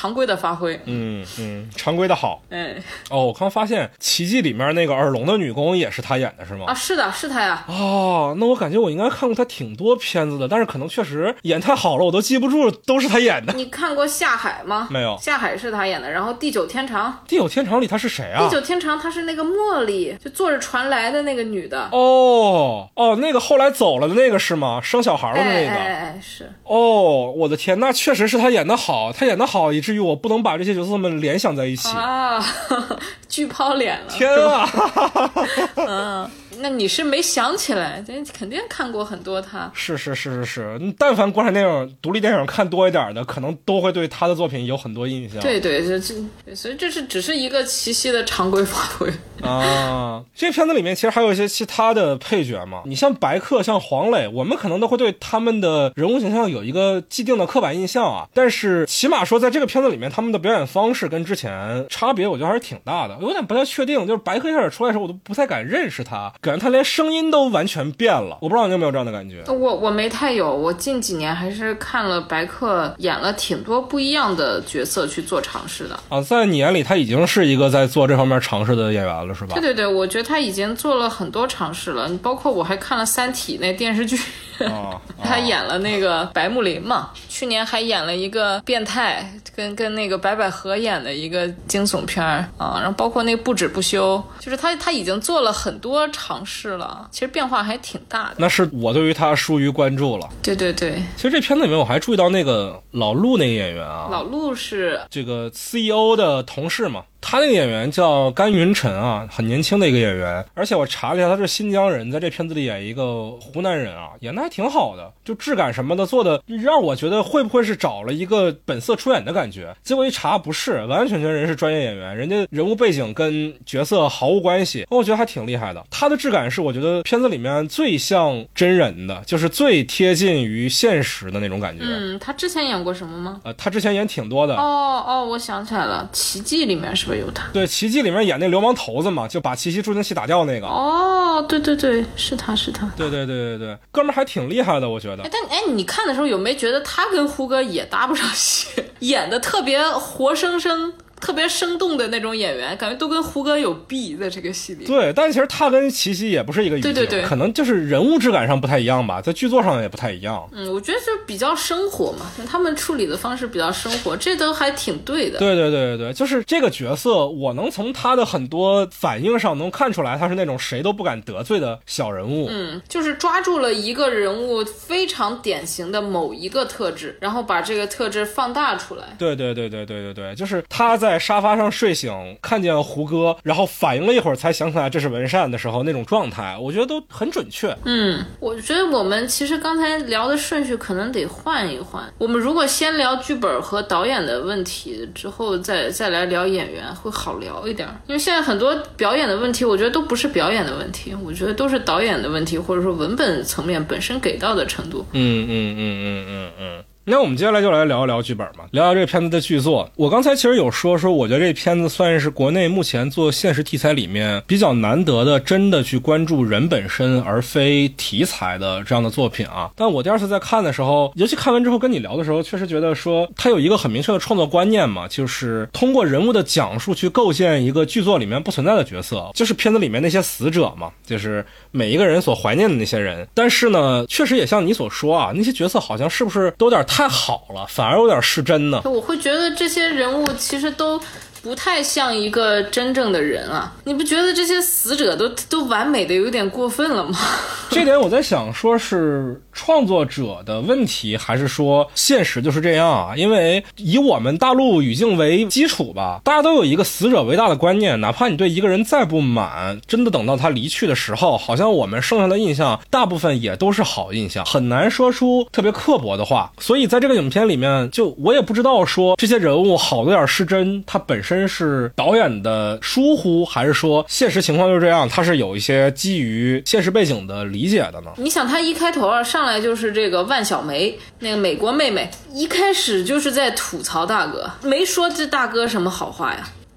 Speaker 1: 发挥。
Speaker 2: 嗯嗯，常规的好。
Speaker 1: 哎，
Speaker 2: 哦，我刚发现《奇迹》里面那个耳聋的女工也是他演的，是吗？
Speaker 1: 啊，是的，是他呀。
Speaker 2: 哦，那我感觉我应该看过他挺多片子的，但是可能确实演太好了，我都记不住都是他演的。
Speaker 1: 你看过《下海》吗？
Speaker 2: 没有。
Speaker 1: 下海是他演的，然后《地久天长》。
Speaker 2: 地久天长里他是谁啊？
Speaker 1: 地久天长他是那个茉莉，就坐着船来的那个女的。
Speaker 2: 哦哦，那个后来走了的那个是吗？生小孩的那个。
Speaker 1: 哎哎哎，是。
Speaker 2: 哦，我的天，那确实是他演的好，他演的好，以至于我不能把这些角色们联想在一起
Speaker 1: 啊，巨抛脸了。
Speaker 2: 天啊！
Speaker 1: 嗯，那你是没想起来，肯定看过很多他。
Speaker 2: 是是是是是，但凡国产电影、独立电影看多一点的，可能都会对他的作品有很多印象。
Speaker 1: 对对，这这，所以这是只是一个奇袭的常规发挥
Speaker 2: 啊。这片子里面其实还有一些其他的配角嘛，你像白客、像黄磊，我们可能都会对他们的人物形象有一个既定的刻板印象啊。但是起码说，在这个片子里面，他们的表演方式跟之前差别，我觉得还是挺大的。有点不太确定，就是白客一开始出来的时候，我都不太敢认识他，感觉他连声音都完全变了。我不知道你有没有这样的感觉？
Speaker 1: 我我没太有，我近几年还是看了白客演了挺多不一样的角色去做尝试的
Speaker 2: 啊。在你眼里，他已经是一个在做这方面尝试的演员了，是吧？
Speaker 1: 对对对，我觉得他已经做了很多尝试了，包括我还看了《三体》那电视剧。
Speaker 2: 哦、
Speaker 1: 他演了那个白木林嘛，去年还演了一个变态，跟跟那个白百合演的一个惊悚片啊，然后包括那个不止不休，就是他他已经做了很多尝试了，其实变化还挺大的。
Speaker 2: 那是我对于他疏于关注了。
Speaker 1: 对对对，
Speaker 2: 其实这片子里面我还注意到那个老陆那个演员啊，
Speaker 1: 老陆是
Speaker 2: 这个 C E O 的同事嘛。他那个演员叫甘云晨啊，很年轻的一个演员，而且我查了一下，他是新疆人，在这片子里演一个湖南人啊，演的还挺好的，就质感什么的做的让我觉得会不会是找了一个本色出演的感觉，结果一查不是，完完全全人是专业演员，人家人物背景跟角色毫无关系，我觉得还挺厉害的。他的质感是我觉得片子里面最像真人的，就是最贴近于现实的那种感觉。
Speaker 1: 嗯，他之前演过什么吗？
Speaker 2: 呃，他之前演挺多的。
Speaker 1: 哦哦，我想起来了，《奇迹》里面是不是有他？
Speaker 2: 对，《奇迹》里面演那流氓头子嘛，就把七夕助听器打掉那个。
Speaker 1: 哦，对对对，是他是他。
Speaker 2: 对对对对对，哥们儿还挺厉害的，我觉得。
Speaker 1: 哎，但哎，你看的时候有没有觉得他跟胡歌也搭不上戏，演的特别活生生？特别生动的那种演员，感觉都跟胡歌有弊在这个戏里。
Speaker 2: 对，但其实他跟齐溪也不是一个语境，
Speaker 1: 对对对，
Speaker 2: 可能就是人物质感上不太一样吧，在剧作上也不太一样。
Speaker 1: 嗯，我觉得就比较生活嘛，他们处理的方式比较生活，这都还挺对的。
Speaker 2: 对对对对，就是这个角色，我能从他的很多反应上能看出来，他是那种谁都不敢得罪的小人物。
Speaker 1: 嗯，就是抓住了一个人物非常典型的某一个特质，然后把这个特质放大出来。
Speaker 2: 对对对对对对对，就是他在沙发上睡醒，看见胡歌，然后反应了一会儿才想起来这是文善的时候那种状态，我觉得都很准确。
Speaker 1: 嗯，我觉得我们其实刚才聊的顺序可能得换一换，我们如果先聊剧本和导演的问题，之后再再来聊演员会好聊一点，因为现在很多表演的问题我觉得都不是表演的问题，我觉得都是导演的问题，或者说文本层面本身给到的程度。
Speaker 2: 嗯嗯嗯嗯嗯嗯。那我们接下来就来聊一聊剧本嘛，聊聊这片子的剧作。我刚才其实有说说，我觉得这片子算是国内目前做现实题材里面比较难得的，真的去关注人本身而非题材的这样的作品啊。但我第二次在看的时候，尤其看完之后跟你聊的时候，确实觉得说它有一个很明确的创作观念嘛，就是通过人物的讲述去构建一个剧作里面不存在的角色，就是片子里面那些死者嘛，就是每一个人所怀念的那些人。但是呢，确实也像你所说啊，那些角色好像是不是都有点太好了，反而有点失真呢。
Speaker 1: 我会觉得这些人物其实都不太像一个真正的人啊，你不觉得这些死者都都完美的有点过分了吗？
Speaker 2: 这点我在想，说是创作者的问题，还是说现实就是这样啊？因为以我们大陆语境为基础吧，大家都有一个死者为大的观念，哪怕你对一个人再不满，真的等到他离去的时候，好像我们剩下的印象大部分也都是好印象，很难说出特别刻薄的话。所以在这个影片里面，就我也不知道说这些人物好的有点失真，他本身是导演的疏忽，还是说现实情况就是这样，他是有一些基于现实背景的理解的呢？
Speaker 1: 你想他一开头啊上来就是这个万小梅，那个美国妹妹，一开始就是在吐槽大哥，没说这大哥什么好话呀。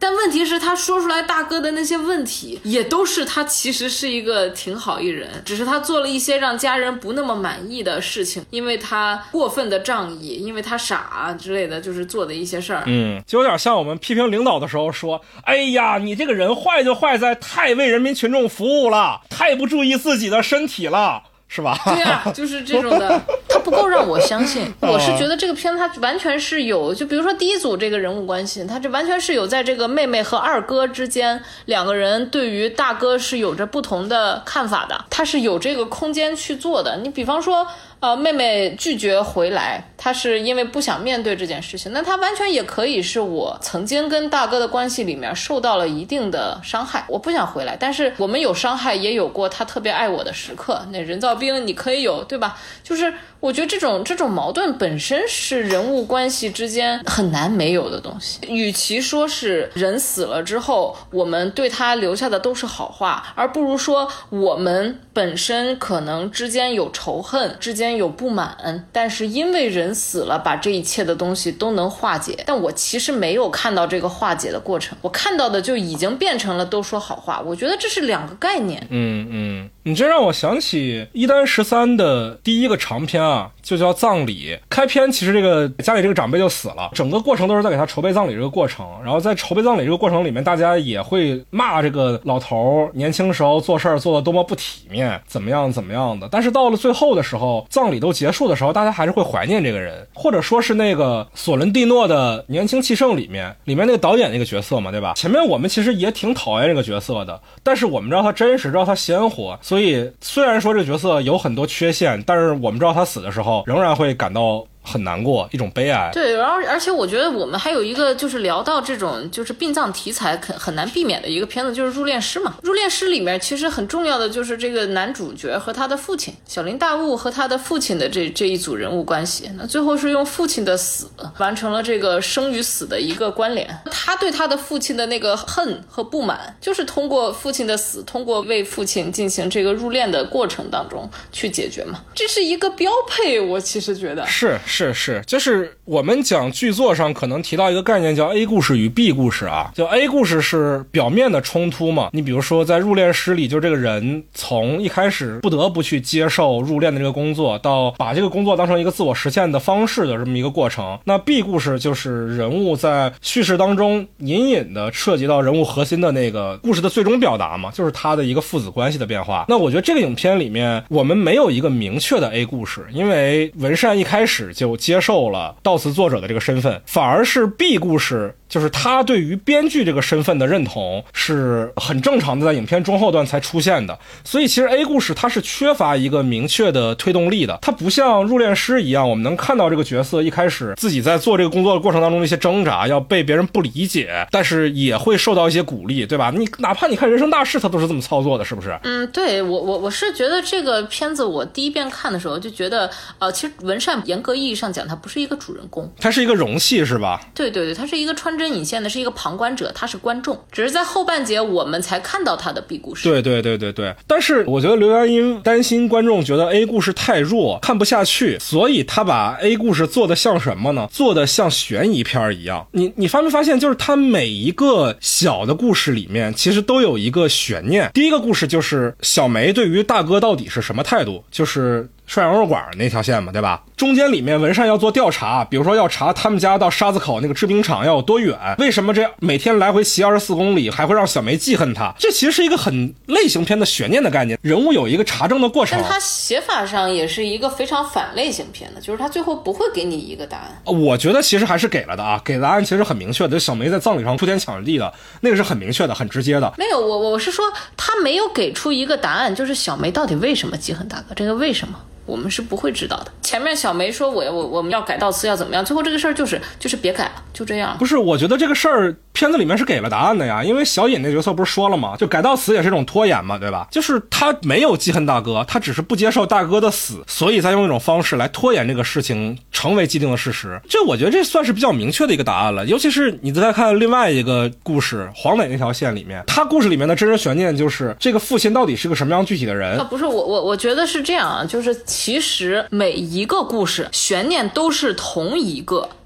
Speaker 1: 但问题是他说出来大哥的那些问题也都是他其实是一个挺好一人，只是他做了一些让家人不那么满意的事情，因为他过分的仗义，因为他傻、啊、之类的，就是做的一些事儿。
Speaker 2: 嗯，就有点像我们批评领导的时候说，哎呀，你这个人坏就坏在太为人民群众服务了，太不注意自己的身体了，是吧？
Speaker 1: 对啊，就是这种的，他不够让我相信。我是觉得这个片它完全是有，就比如说第一组这个人物关系，它这完全是有在这个妹妹和二哥之间，两个人对于大哥是有着不同的看法的，他是有这个空间去做的。你比方说呃，妹妹拒绝回来，她是因为不想面对这件事情，那她完全也可以是我曾经跟大哥的关系里面受到了一定的伤害，我不想回来，但是我们有伤害，也有过他特别爱我的时刻，那人造兵你可以有，对吧？就是我觉得这种这种矛盾本身是人物关系之间很难没有的东西。与其说是人死了之后我们对他留下的都是好话，而不如说我们本身可能之间有仇恨，之间有不满，但是因为人死了，把这一切的东西都能化解。但我其实没有看到这个化解的过程，我看到的就已经变成了都说好话。我觉得这是两个概念。
Speaker 2: 嗯嗯，你这让我想起一丹十三的第一个长篇啊，就叫葬礼。开篇其实这个家里这个长辈就死了，整个过程都是在给他筹备葬礼这个过程。然后在筹备葬礼这个过程里面，大家也会骂这个老头年轻时候做事儿做得多么不体面，怎么样怎么样的。但是到了最后的时候，葬礼都结束的时候，大家还是会怀念这个人。或者说是那个索伦蒂诺的年轻气盛里面，里面那个导演那个角色嘛，对吧？前面我们其实也挺讨厌这个角色的，但是我们知道他真实，知道他鲜活，所以虽然说这个角色有很多缺陷，但是我们知道他死的时候仍然会感到很难过，一种悲哀。
Speaker 1: 对，然后而且我觉得我们还有一个就是聊到这种就是殡葬题材很很难避免的一个片子，就是入殓师嘛。入殓师里面其实很重要的就是这个男主角和他的父亲小林大悟和他的父亲的这这一组人物关系，那最后是用父亲的死完成了这个生与死的一个关联。他对他的父亲的那个恨和不满，就是通过父亲的死，通过为父亲进行这个入殓的过程当中去解决嘛。这是一个标配，我其实觉得
Speaker 2: 是是是，就是我们讲剧作上可能提到一个概念叫 A 故事与 B 故事啊，就 A 故事是表面的冲突嘛，你比如说在入殓师里，就这个人从一开始不得不去接受入殓的这个工作，到把这个工作当成一个自我实现的方式的这么一个过程。那 B 故事就是人物在叙事当中隐隐的涉及到人物核心的那个故事的最终表达嘛，就是他的一个父子关系的变化。那我觉得这个影片里面我们没有一个明确的 A 故事，因为文善一开始就接受了悼词作者的这个身份，反而是 B 故事就是他对于编剧这个身份的认同是很正常的，在影片中后段才出现的。所以其实 A 故事它是缺乏一个明确的推动力的，它不像入殓师一样，我们能看到这个角色一开始自己在做这个工作的过程当中的一些挣扎，要被别人不理解，但是也会受到一些鼓励，对吧？你哪怕你看人生大事他都是这么操作的，是不是？
Speaker 1: 嗯，对，我我我是觉得这个片子我第一遍看的时候就觉得呃，其实文善严格意义上讲他不是一个主人公，
Speaker 2: 他是一个容器，是吧？
Speaker 1: 对对对，他是一个穿针引线的，是一个旁观者，他是观众，只是在后半节我们才看到他的 B 故事。
Speaker 2: 对对对对对，但是我觉得刘元英担心观众觉得 A 故事太弱，看不下去，所以他把 A 故事做得像什么呢？做得像悬疑片一样。你你发没发现，就是他每一个小的故事里面其实都有一个悬念。第一个故事就是小梅对于大哥到底是什么态度，就是涮羊肉馆那条线嘛，对吧？中间里面文善要做调查，比如说要查他们家到沙子口那个制冰厂要有多远，为什么这每天来回骑二十四公里还会让小梅记恨他，这其实是一个很类型片的悬念的概念，人物有一个查证的过程。
Speaker 1: 但他写法上也是一个非常反类型片的，就是他最后不会给你一个答案。
Speaker 2: 我觉得其实还是给了的啊，给答案其实很明确的，小梅在葬礼上哭天抢地的那个是很明确的，很直接的。
Speaker 1: 没有，我我是说他没有给出一个答案，就是小梅到底为什么记恨大哥，这个为什么我们是不会知道的。前面小梅说我我我们要改悼词要怎么样，最后这个事儿就是就是别改了，就这样。
Speaker 2: 不是，我觉得这个事儿片子里面是给了答案的呀，因为小尹那角色不是说了吗？就改悼词也是一种拖延嘛，对吧？就是他没有记恨大哥，他只是不接受大哥的死，所以才用一种方式来拖延这个事情成为既定的事实。这我觉得这算是比较明确的一个答案了。尤其是你再看另外一个故事黄磊那条线里面，他故事里面的真实悬念就是这个父亲到底是个什么样具体的人
Speaker 1: 啊？不是，我我我觉得是这样啊，就是其实每一个故事悬念都是同一个，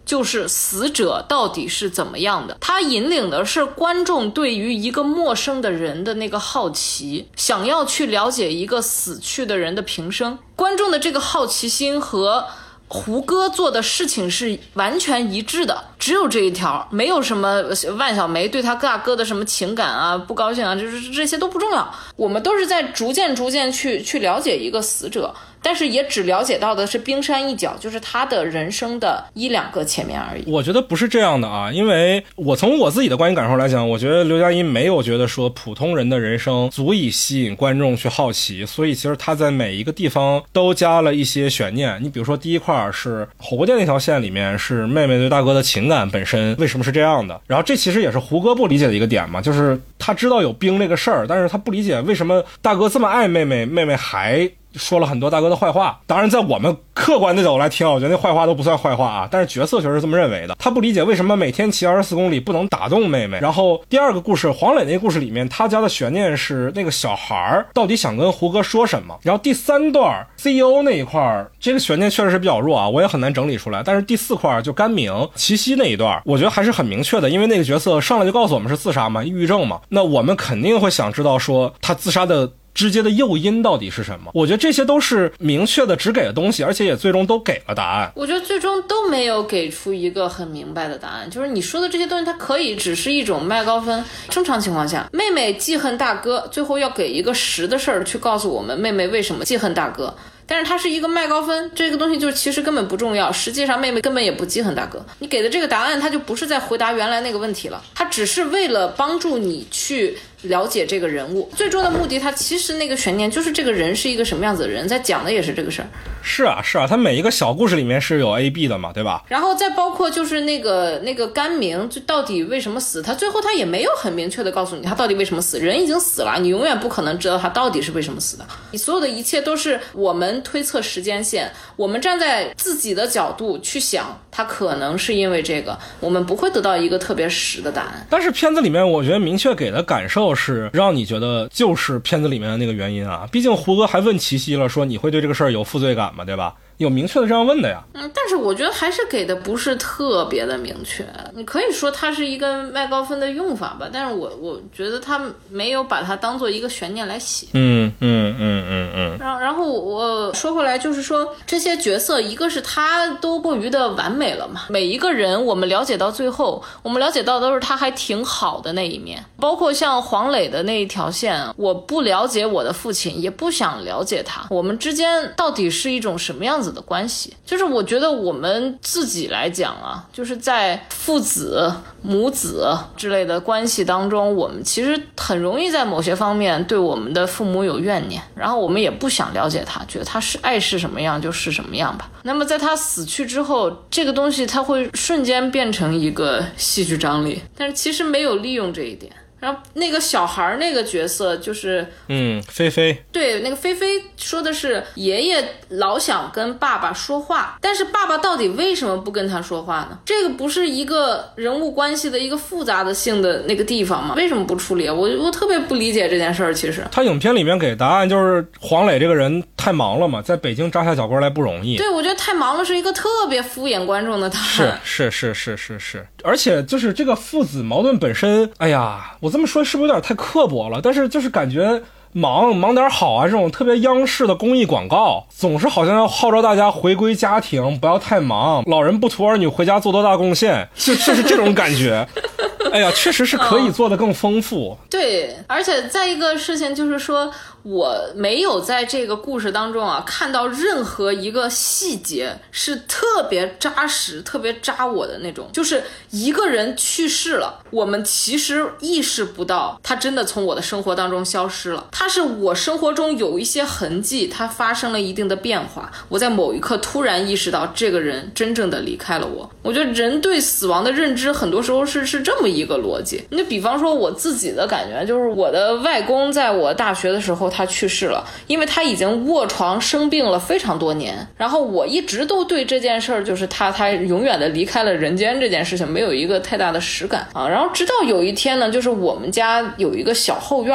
Speaker 1: 就是死者到底是怎么样的。它引领的是观众对于一个陌生的人的那个好奇，想要去了解一个死去的人的平生。观众的这个好奇心和胡歌做的事情是完全一致的，只有这一条，没有什么万小梅对他大哥的什么情感啊、不高兴啊，就是这些都不重要。我们都是在逐渐逐渐去去了解一个死者，但是也只了解到的是冰山一角，就是他的人生的一两个切面而已。
Speaker 2: 我觉得不是这样的啊，因为我从我自己的观影感受来讲，我觉得刘嘉欣没有觉得说普通人的人生足以吸引观众去好奇，所以其实他在每一个地方都加了一些悬念。你比如说第一块是火锅店那条线里面是妹妹对大哥的情感本身为什么是这样的，然后这其实也是胡歌不理解的一个点嘛，就是他知道有冰这个事儿，但是他不理解为什么大哥这么爱妹妹，妹妹还说了很多大哥的坏话。当然在我们客观的角度来听，我觉得那坏话都不算坏话啊，但是角色确实是这么认为的。他不理解为什么每天骑二十四公里不能打动妹妹。然后第二个故事黄磊那个故事里面，他家的悬念是那个小孩到底想跟胡歌说什么。然后第三段 C E O 那一块，这个悬念确实是比较弱啊，我也很难整理出来。但是第四块就甘明齐溪那一段，我觉得还是很明确的，因为那个角色上来就告诉我们是自杀嘛，抑郁症嘛，那我们肯定会想知道说他自杀的直接的诱因到底是什么。我觉得这些都是明确的只给的东西，而且也最终都给了答案。
Speaker 1: 我觉得最终都没有给出一个很明白的答案，就是你说的这些东西它可以只是一种麦高芬。正常情况下，妹妹记恨大哥，最后要给一个实的事儿去告诉我们妹妹为什么记恨大哥，但是它是一个麦高芬，这个东西就其实根本不重要，实际上妹妹根本也不记恨大哥。你给的这个答案它就不是在回答原来那个问题了，它只是为了帮助你去了解这个人物，最终的目的它其实那个悬念就是这个人是一个什么样子的人，在讲的也是这个事儿。
Speaker 2: 是啊是啊，他每一个小故事里面是有 A B 的嘛，对吧？
Speaker 1: 然后再包括就是那个那个甘明就到底为什么死，他最后他也没有很明确的告诉你他到底为什么死，人已经死了，你永远不可能知道他到底是为什么死的。你所有的一切都是我们推测时间线，我们站在自己的角度去想他可能是因为这个，我们不会得到一个特别实的答案。
Speaker 2: 但是片子里面我觉得明确给的感受是让你觉得就是片子里面的那个原因啊，毕竟胡歌还问齐溪了，说你会对这个事儿有负罪感吗，对吧？有明确的这样问的呀。
Speaker 1: 嗯，但是我觉得还是给的不是特别的明确。你可以说它是一个麦高芬的用法吧，但是我我觉得他没有把它当做一个悬念来写。
Speaker 2: 嗯嗯嗯嗯嗯。
Speaker 1: 然后然后我说回来就是说，这些角色一个是他都过于的完美了嘛，每一个人我们了解到最后，我们了解到都是他还挺好的那一面，包括像黄磊的那一条线，我不了解我的父亲，也不想了解他，我们之间到底是一种什么样子的关系。就是我觉得我们自己来讲啊，就是在父子母子之类的关系当中，我们其实很容易在某些方面对我们的父母有怨念，然后我们也不想了解他，觉得他是爱是什么样就是什么样吧。那么在他死去之后，这个东西它会瞬间变成一个戏剧张力，但是其实没有利用这一点。然后那个小孩那个角色就是
Speaker 2: 嗯，菲菲，
Speaker 1: 对，那个菲菲说的是爷爷老想跟爸爸说话，但是爸爸到底为什么不跟他说话呢？这个不是一个人物关系的一个复杂的性的那个地方吗？为什么不处理？我我特别不理解这件事儿。其实
Speaker 2: 他影片里面给答案就是黄磊这个人太忙了嘛，在北京扎下脚跟来不容易。
Speaker 1: 对，我觉得太忙了是一个特别敷衍观众的答案。
Speaker 2: 是是是是是是，而且就是这个父子矛盾本身，哎呀，我这么说是不是有点太刻薄了？但是就是感觉忙忙点好啊，这种特别央视的公益广告，总是好像要号召大家回归家庭，不要太忙，老人不图儿女，回家做多大贡献，就就是这种感觉。哎呀，确实是可以做得更丰富。
Speaker 1: 嗯、对，而且再一个事情就是说，我没有在这个故事当中啊看到任何一个细节是特别扎实、特别扎我的那种。就是一个人去世了，我们其实意识不到他真的从我的生活当中消失了，他是我生活中有一些痕迹，他发生了一定的变化，我在某一刻突然意识到这个人真正的离开了我。我觉得人对死亡的认知很多时候是是这么一个逻辑。你比方说我自己的感觉，就是我的外公在我大学的时候他去世了，因为他已经卧床生病了非常多年，然后我一直都对这件事儿，就是他他永远的离开了人间这件事情没有一个太大的实感啊。然后直到有一天呢，就是我们家有一个小后院，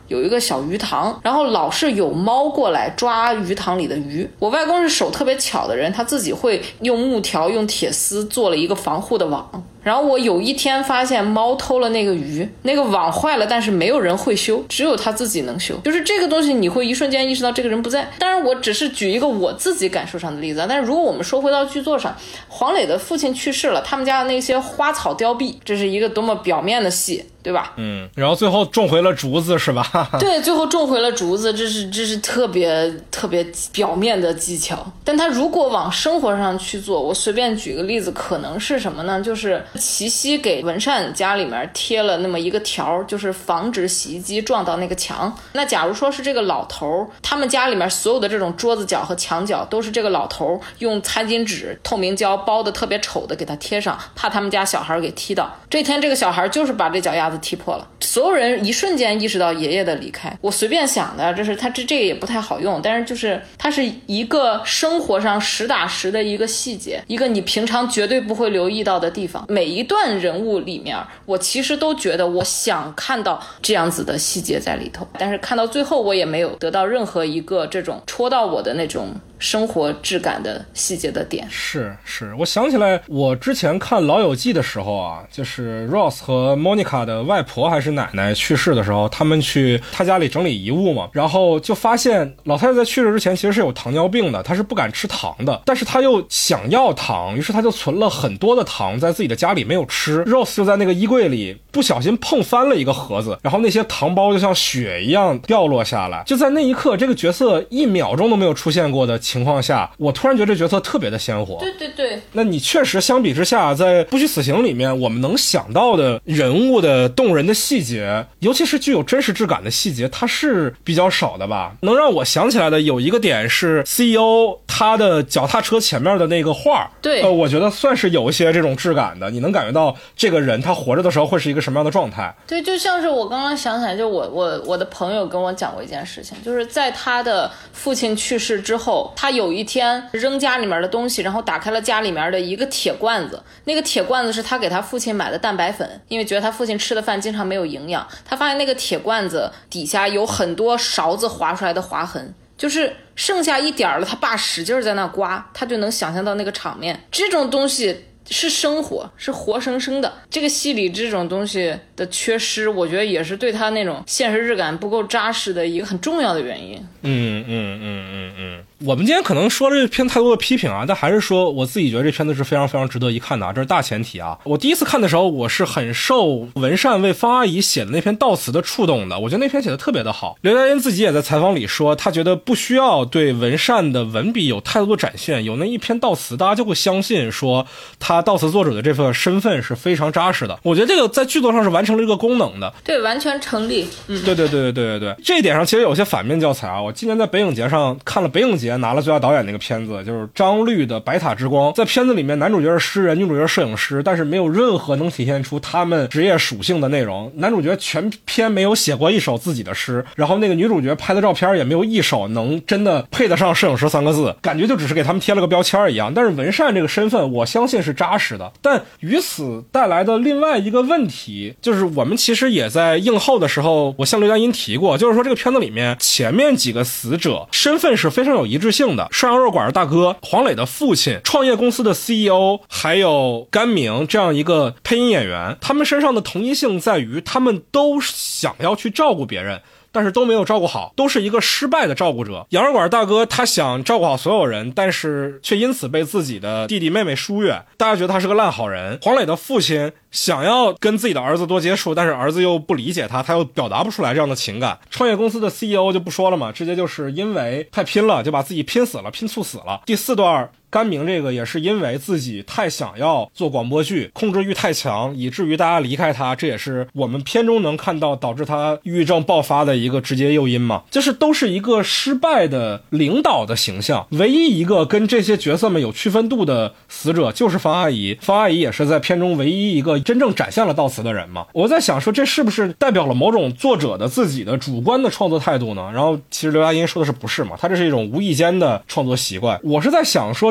Speaker 1: 有一个小鱼塘，然后老是有猫过来抓鱼塘里的鱼。我外公是手特别巧的人，他自己会用木条用铁丝做了一个防护的网。然后我有一天发现猫偷了那个鱼，那个网坏了，但是没有人会修，只有他自己能修。就是这个东西你会一瞬间意识到这个人不在。当然我只是举一个我自己感受上的例子，但是如果我们说回到剧作上，黄磊的父亲去世了，他们家的那些花草凋敝，这是一个多么表面的戏，对吧？
Speaker 2: 嗯，然后最后种回了竹子是吧？
Speaker 1: 对，最后种回了竹子，这是这是特别特别表面的技巧。但他如果往生活上去做，我随便举个例子，可能是什么呢？就是齐溪给文善家里面贴了那么一个条，就是防止洗衣机撞到那个墙。那假如说是这个老头，他们家里面所有的这种桌子角和墙角都是这个老头用餐巾纸透明胶包的特别丑的给他贴上，怕他们家小孩给踢到。这天这个小孩就是把这脚丫子踢破了，所有人一瞬间意识到爷爷的离开。我随便想的，这是他这这个也不太好用，但是就是它是一个生活上实打实的一个细节，一个你平常绝对不会留意到的地方。每一段人物里面，我其实都觉得我想看到这样子的细节在里头，但是看到最后我也没有得到任何一个这种戳到我的那种生活质感的细节的点。
Speaker 2: 是是，我想起来我之前看老友记的时候啊，就是 Ross 和 Monica 的外婆还是奶奶去世的时候，他们去他家里整理遗物嘛，然后就发现老太太在去世之前其实是有糖尿病的，她是不敢吃糖的，但是她又想要糖，于是她就存了很多的糖在自己的家里没有吃。 Ross 就在那个衣柜里不小心碰翻了一个盒子，然后那些糖包就像雪一样掉落下来。就在那一刻，这个角色一秒钟都没有出现过的情况下，我突然觉得这角色特别的鲜活。
Speaker 1: 对对对，
Speaker 2: 那你确实相比之下，在不虚此行里面我们能想到的人物的动人的细节，尤其是具有真实质感的细节，它是比较少的吧。能让我想起来的有一个点是 C E O 他的脚踏车前面的那个画，
Speaker 1: 对，
Speaker 2: 呃，我觉得算是有一些这种质感的，你能感觉到这个人他活着的时候会是一个什么样的状态。
Speaker 1: 对，就像是我刚刚想起来，就我我我的朋友跟我讲过一件事情，就是在他的父亲去世之后，他有一天扔家里面的东西，然后打开了家里面的一个铁罐子，那个铁罐子是他给他父亲买的蛋白粉，因为觉得他父亲吃的饭经常没有营养，他发现那个铁罐子底下有很多勺子划出来的划痕，就是剩下一点了，他爸使劲在那刮，他就能想象到那个场面。这种东西是生活，是活生生的。这个戏里这种东西的缺失，我觉得也是对他那种现实质感不够扎实的一个很重要的原因。
Speaker 2: 嗯嗯嗯嗯嗯。我们今天可能说这片太多的批评啊，但还是说我自己觉得这片子是非常非常值得一看的啊，这是大前提啊。我第一次看的时候，我是很受文善为方阿姨写的那篇悼词的触动的，我觉得那篇写的特别的好。刘嘉欣自己也在采访里说，他觉得不需要对文善的文笔有太多的展现，有那一篇悼词，大家就会相信说他悼词作者的这份身份是非常扎实的。我觉得这个在剧作上是完成了这个功能的，
Speaker 1: 对，完全成立。嗯，
Speaker 2: 对对对对对对对，这一点上其实有些反面教材啊。我今年在北影节上看了北影节拿了最佳导演那个片子，就是张律的《白塔之光》。在片子里面，男主角是诗人，女主角是摄影师，但是没有任何能体现出他们职业属性的内容。男主角全篇没有写过一首自己的诗，然后那个女主角拍的照片也没有一首能真的配得上摄影师三个字，感觉就只是给他们贴了个标签一样。但是文善这个身份，我相信是扎实的。但与此带来的另外一个问题，就是我们其实也在映后的时候，我向刘嘉欣提过，就是说这个片子里面前面几个死者身份是非常有一致性的，涮羊肉馆的大哥、黄磊的父亲、创业公司的 C E O， 还有甘明这样一个配音演员，他们身上的同一性在于他们都想要去照顾别人，但是都没有照顾好，都是一个失败的照顾者。羊肉馆大哥他想照顾好所有人，但是却因此被自己的弟弟妹妹疏远，大家觉得他是个烂好人。黄磊的父亲想要跟自己的儿子多接触，但是儿子又不理解他，他又表达不出来这样的情感。创业公司的 C E O 就不说了嘛，直接就是因为太拼了，就把自己拼死了，拼猝死了。第四段甘明这个也是因为自己太想要做广播剧，控制欲太强，以至于大家离开他，这也是我们片中能看到导致他抑郁症爆发的一个直接诱因嘛。就是都是一个失败的领导的形象，唯一一个跟这些角色们有区分度的死者就是方阿姨。方阿姨也是在片中唯一一个真正展现了悼词的人嘛。我在想说这是不是代表了某种作者的自己的主观的创作态度呢？然后其实刘嘉欣说的是不是嘛，他这是一种无意间的创作习惯。我是在想说这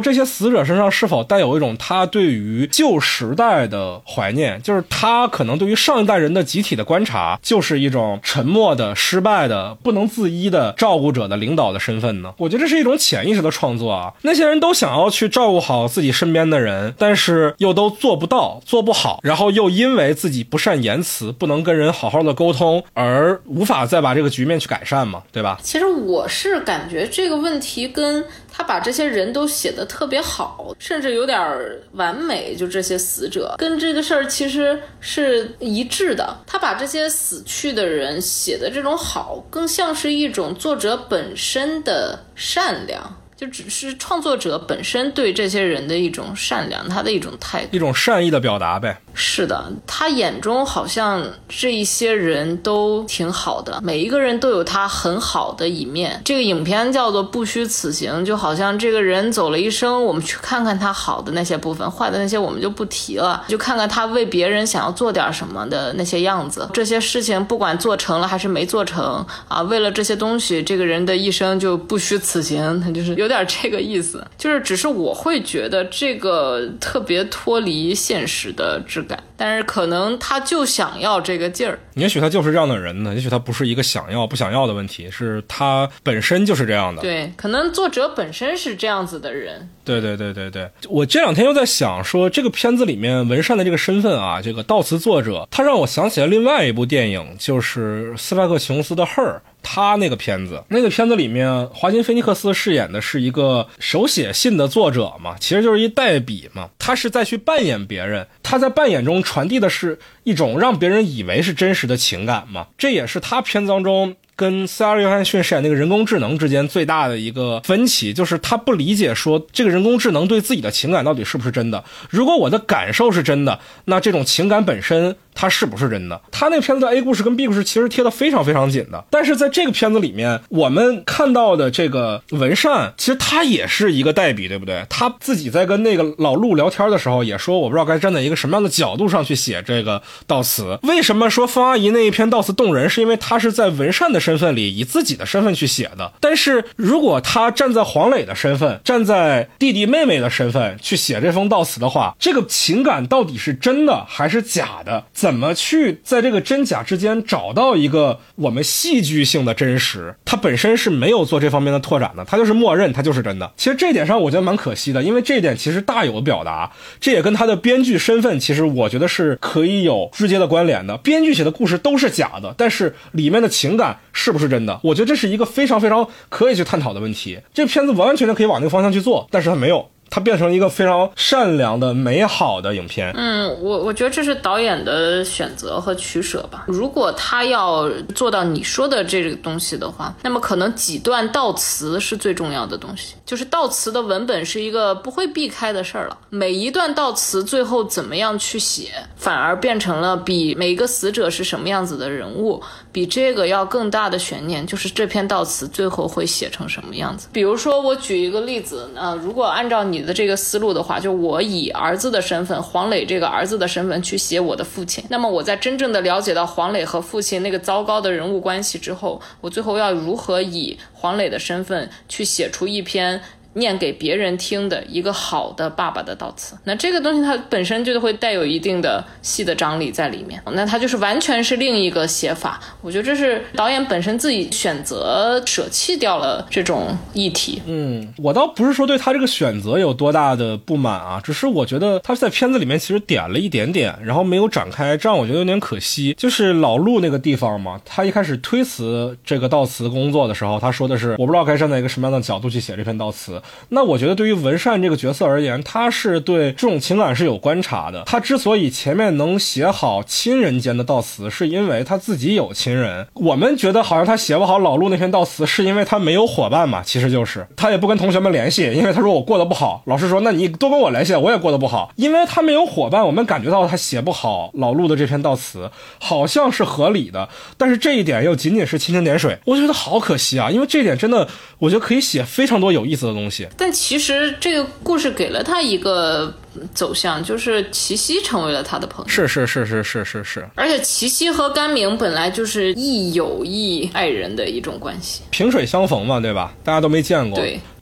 Speaker 2: 这些死者身上是否带有一种他对于旧时代的怀念，就是他可能对于上一代人的集体的观察就是一种沉默的失败的不能自依的照顾者的领导的身份呢？我觉得这是一种潜意识的创作啊。那些人都想要去照顾好自己身边的人，但是又都做不到做不好，然后又因为自己不善言辞不能跟人好好的沟通而无法再把这个局面去改善嘛，对吧？
Speaker 1: 其实我是感觉这个问题跟他把这些人都写得特别好，甚至有点完美，就这些死者跟这个事儿其实是一致的。他把这些死去的人写的这种好，更像是一种作者本身的善良，就只是创作者本身对这些人的一种善良，他的一种态度，
Speaker 2: 一种善意的表达呗。
Speaker 1: 是的，他眼中好像这一些人都挺好的，每一个人都有他很好的一面。这个影片叫做不虚此行，就好像这个人走了一生，我们去看看他好的那些部分，坏的那些我们就不提了，就看看他为别人想要做点什么的那些样子。这些事情不管做成了还是没做成啊，为了这些东西这个人的一生就不虚此行，他就是有点这个意思。就是只是我会觉得这个特别脱离现实的质感，但是可能他就想要这个劲儿。
Speaker 2: 也许他就是这样的人呢，也许他不是一个想要不想要的问题，是他本身就是这样的。
Speaker 1: 对，可能作者本身是这样子的人。
Speaker 2: 对对对对对，我这两天又在想说，这个片子里面文善的这个身份啊，这个悼词作者，他让我想起了另外一部电影，就是斯派克·琼斯的《Her》。他那个片子，那个片子里面，华金·菲尼克斯饰演的是一个手写信的作者嘛，其实就是一代笔嘛。他是在去扮演别人，他在扮演中传递的是一种让别人以为是真实的情感嘛。这也是他片子当中跟塞尔·约翰逊饰演那个人工智能之间最大的一个分歧，就是他不理解说这个人工智能对自己的情感到底是不是真的。如果我的感受是真的，那这种情感本身它是不是真的？他那个片子的 A 故事跟 B 故事其实贴得非常非常紧的，但是在这个片子里面，我们看到的这个文善，其实他也是一个代笔，对不对？他自己在跟那个老陆聊天的时候也说，我不知道该站在一个什么样的角度上去写这个悼词。为什么说方阿姨那一篇悼词动人，是因为他是在文善的身份里以自己的身份去写的。但是如果他站在黄磊的身份，站在弟弟妹妹的身份去写这封悼词的话，这个情感到底是真的还是假的？怎么去在这个真假之间找到一个我们戏剧性的真实？他本身是没有做这方面的拓展的，他就是默认他就是真的。其实这一点上我觉得蛮可惜的，因为这一点其实大有表达，这也跟他的编剧身份其实我觉得是可以有直接的关联的。编剧写的故事都是假的，但是里面的情感是不是真的？我觉得这是一个非常非常可以去探讨的问题。这片子完完全全可以往那个方向去做，但是他没有。它变成一个非常善良的美好的影片。
Speaker 1: 嗯，我我觉得这是导演的选择和取舍吧。如果他要做到你说的这个东西的话，那么可能几段悼词是最重要的东西，就是悼词的文本是一个不会避开的事儿了。每一段悼词最后怎么样去写，反而变成了比每一个死者是什么样子的人物，比这个要更大的悬念，就是这篇悼词最后会写成什么样子。比如说我举一个例子，呃，如果按照你的这个思路的话，就我以儿子的身份，黄磊这个儿子的身份去写我的父亲，那么我在真正的了解到黄磊和父亲那个糟糕的人物关系之后，我最后要如何以黄磊的身份去写出一篇念给别人听的一个好的爸爸的悼词。那这个东西它本身就会带有一定的戏的张力在里面，那它就是完全是另一个写法。我觉得这是导演本身自己选择舍弃掉了这种议题。
Speaker 2: 嗯，我倒不是说对他这个选择有多大的不满啊，只是我觉得他在片子里面其实点了一点点，然后没有展开，这样我觉得有点可惜。就是老陆那个地方嘛，他一开始推辞这个悼词工作的时候，他说的是我不知道该站在一个什么样的角度去写这篇悼词。那我觉得对于文善这个角色而言，他是对这种情感是有观察的。他之所以前面能写好亲人间的悼词，是因为他自己有亲人。我们觉得好像他写不好老陆那篇悼词是因为他没有伙伴嘛，其实就是他也不跟同学们联系，因为他说我过得不好，老师说那你多跟我联系，我也过得不好。因为他没有伙伴，我们感觉到他写不好老陆的这篇悼词好像是合理的，但是这一点又仅仅是蜻蜓点水，我觉得好可惜啊。因为这一点真的我觉得可以写非常多有意思的东西。
Speaker 1: 但其实这个故事给了他一个走向，就是齐溪成为了他的朋友。
Speaker 2: 是是是是是是是，
Speaker 1: 而且齐溪和甘明本来就是亦友亦爱人的一种关系，
Speaker 2: 萍水相逢嘛，对吧？大家都没见过。
Speaker 1: 对，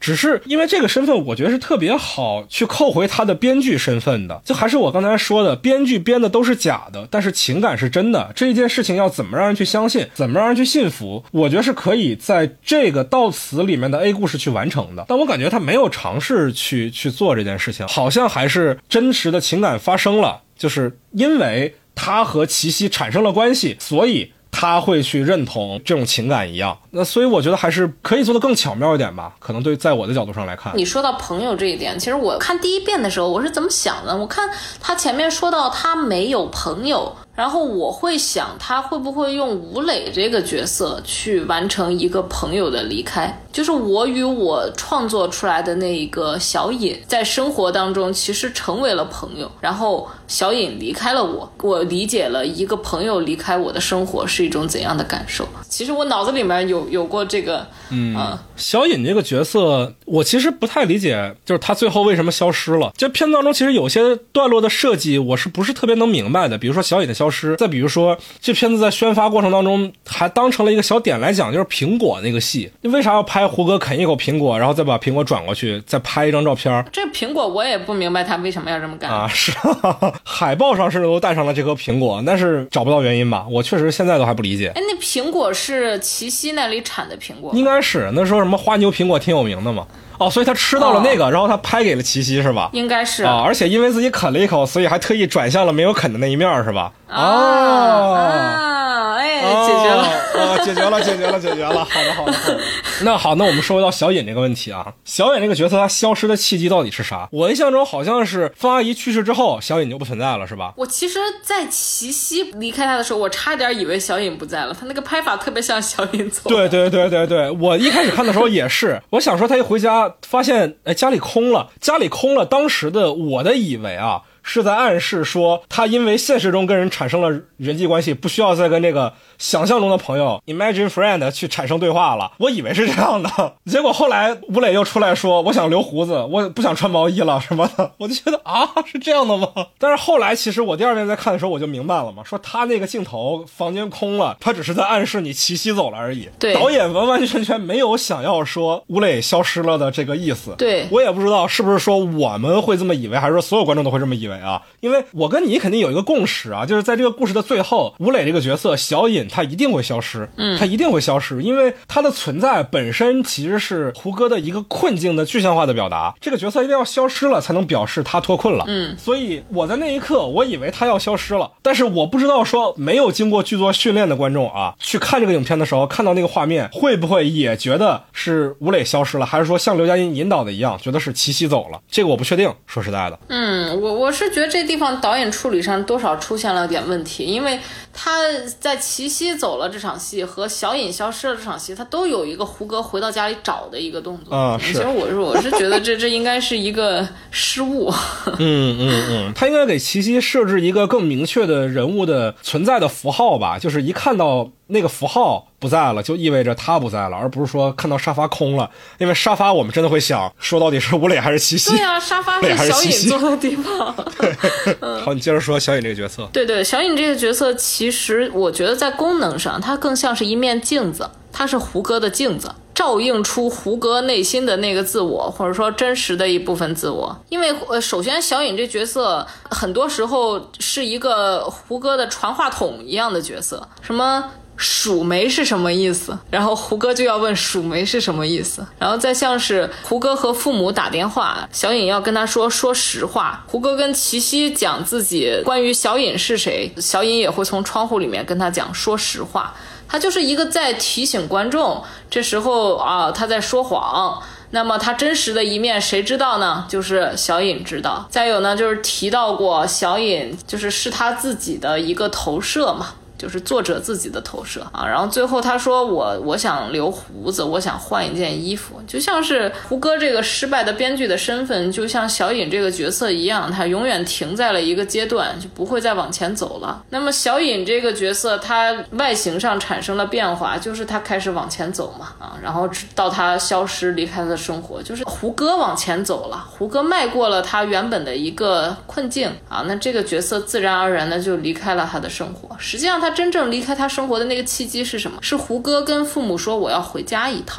Speaker 2: 只是因为这个身份我觉得是特别好去扣回他的编剧身份的，就还是我刚才说的，编剧编的都是假的，但是情感是真的，这一件事情要怎么让人去相信，怎么让人去信服，我觉得是可以在这个到此里面的 A 故事去完成的。但我感觉他没有尝试去去做这件事情，好像还是真实的情感发生了，就是因为他和齐溪产生了关系，所以他会去认同这种情感一样。那所以我觉得还是可以做得更巧妙一点吧，可能对在我的角度上来看。
Speaker 1: 你说到朋友这一点，其实我看第一遍的时候我是怎么想的，我看他前面说到他没有朋友，然后我会想他会不会用吴磊这个角色去完成一个朋友的离开，就是我与我创作出来的那一个小尹在生活当中其实成为了朋友，然后小尹离开了我，我理解了一个朋友离开我的生活是一种怎样的感受。其实我脑子里面有有过这个
Speaker 2: 嗯、呃、小尹这个角色我其实不太理解，就是他最后为什么消失了。这片子当中其实有些段落的设计我是不是特别能明白的，比如说小尹的消失，再比如说这片子在宣发过程当中还当成了一个小点来讲，就是苹果那个戏，你为啥要拍胡歌啃一口苹果，然后再把苹果转过去再拍一张照片？
Speaker 1: 这苹果我也不明白他为什么要这么干
Speaker 2: 啊。是海报上是都带上了这颗苹果，但是找不到原因吧，我确实现在都还不理解。
Speaker 1: 哎，那苹果是齐溪那里产的苹果？
Speaker 2: 应该是，那时候什么花牛苹果挺有名的嘛。哦，所以他吃到了那个、哦、然后他拍给了齐溪是吧？
Speaker 1: 应该是
Speaker 2: 啊，而且因为自己啃了一口，所以还特意转向了没有啃的那一面是吧？
Speaker 1: 啊、哦、啊，哎，解决了，
Speaker 2: 啊，解决了，解决了，解决了。好的，好的，好的。那好，那我们说回到小尹这个问题啊，小尹这个角色他消失的契机到底是啥？我印象中好像是方阿姨去世之后，小尹就不存在了，是吧？
Speaker 1: 我其实，在齐溪离开他的时候，我差点以为小尹不在了，他那个拍法特别像小尹走。
Speaker 2: 对对对对对，我一开始看的时候也是，我想说他一回家发现，哎，家里空了，家里空了。当时的我的以为啊，是在暗示说他因为现实中跟人产生了人际关系，不需要再跟这个想象中的朋友 imagine friend 去产生对话了，我以为是这样的。结果后来吴磊又出来说我想留胡子，我不想穿毛衣了什么的，我就觉得啊，是这样的吗？但是后来其实我第二遍在看的时候我就明白了嘛，说他那个镜头房间空了，他只是在暗示你齐溪走了而已。
Speaker 1: 对，
Speaker 2: 导演完完全全没有想要说吴磊消失了的这个意思。
Speaker 1: 对，
Speaker 2: 我也不知道是不是说我们会这么以为，还是说所有观众都会这么以为啊？因为我跟你肯定有一个共识啊，就是在这个故事的最后，吴磊这个角色小尹他一定会消失，嗯，他一定会消失，因为他的存在本身其实是胡歌的一个困境的具象化的表达，这个角色一定要消失了才能表示他脱困了，
Speaker 1: 嗯，
Speaker 2: 所以我在那一刻我以为他要消失了，但是我不知道说没有经过剧作训练的观众啊，去看这个影片的时候看到那个画面，会不会也觉得是吴磊消失了，还是说像刘嘉欣引导的一样，觉得是齐溪走了？这个我不确定，说实在的。
Speaker 1: 嗯，我我是觉得这地方导演处理上多少出现了点问题，因为他在齐溪走了这场戏和小尹消失了这场戏，他都有一个胡歌回到家里找的一个动作
Speaker 2: 啊。其
Speaker 1: 实我是我是觉得这这应该是一个失误。
Speaker 2: 嗯嗯嗯，他应该给齐溪设置一个更明确的人物的存在的符号吧，就是一看到那个符号不在了，就意味着他不在了，而不是说看到沙发空了。因为沙发我们真的会想，说到底是吴磊还是齐溪？
Speaker 1: 对啊，沙发是小尹坐的地方。
Speaker 2: 嗯、好，你接着说小尹这个角色。
Speaker 1: 对对，小尹这个角色其实我觉得在功能上，它更像是一面镜子，它是胡歌的镜子，照映出胡歌内心的那个自我，或者说真实的一部分自我。因为呃，首先小尹这角色很多时候是一个胡歌的传话筒一样的角色，什么鼠眉是什么意思，然后胡歌就要问鼠眉是什么意思，然后再像是胡歌和父母打电话，小尹要跟他说说实话，胡歌跟齐溪讲自己关于小尹是谁，小尹也会从窗户里面跟他讲说实话，他就是一个在提醒观众这时候啊他在说谎，那么他真实的一面谁知道呢？就是小尹知道。再有呢，就是提到过小尹就是是他自己的一个投射嘛，就是作者自己的投射啊。然后最后他说我我想留胡子，我想换一件衣服，就像是胡歌这个失败的编剧的身份，就像小尹这个角色一样，他永远停在了一个阶段，就不会再往前走了。那么小尹这个角色他外形上产生了变化，就是他开始往前走嘛啊，然后到他消失离开他的生活，就是胡歌往前走了，胡歌迈过了他原本的一个困境啊，那这个角色自然而然的就离开了他的生活。实际上他真正离开他生活的那个契机是什么？是胡歌跟父母说我要回家一趟，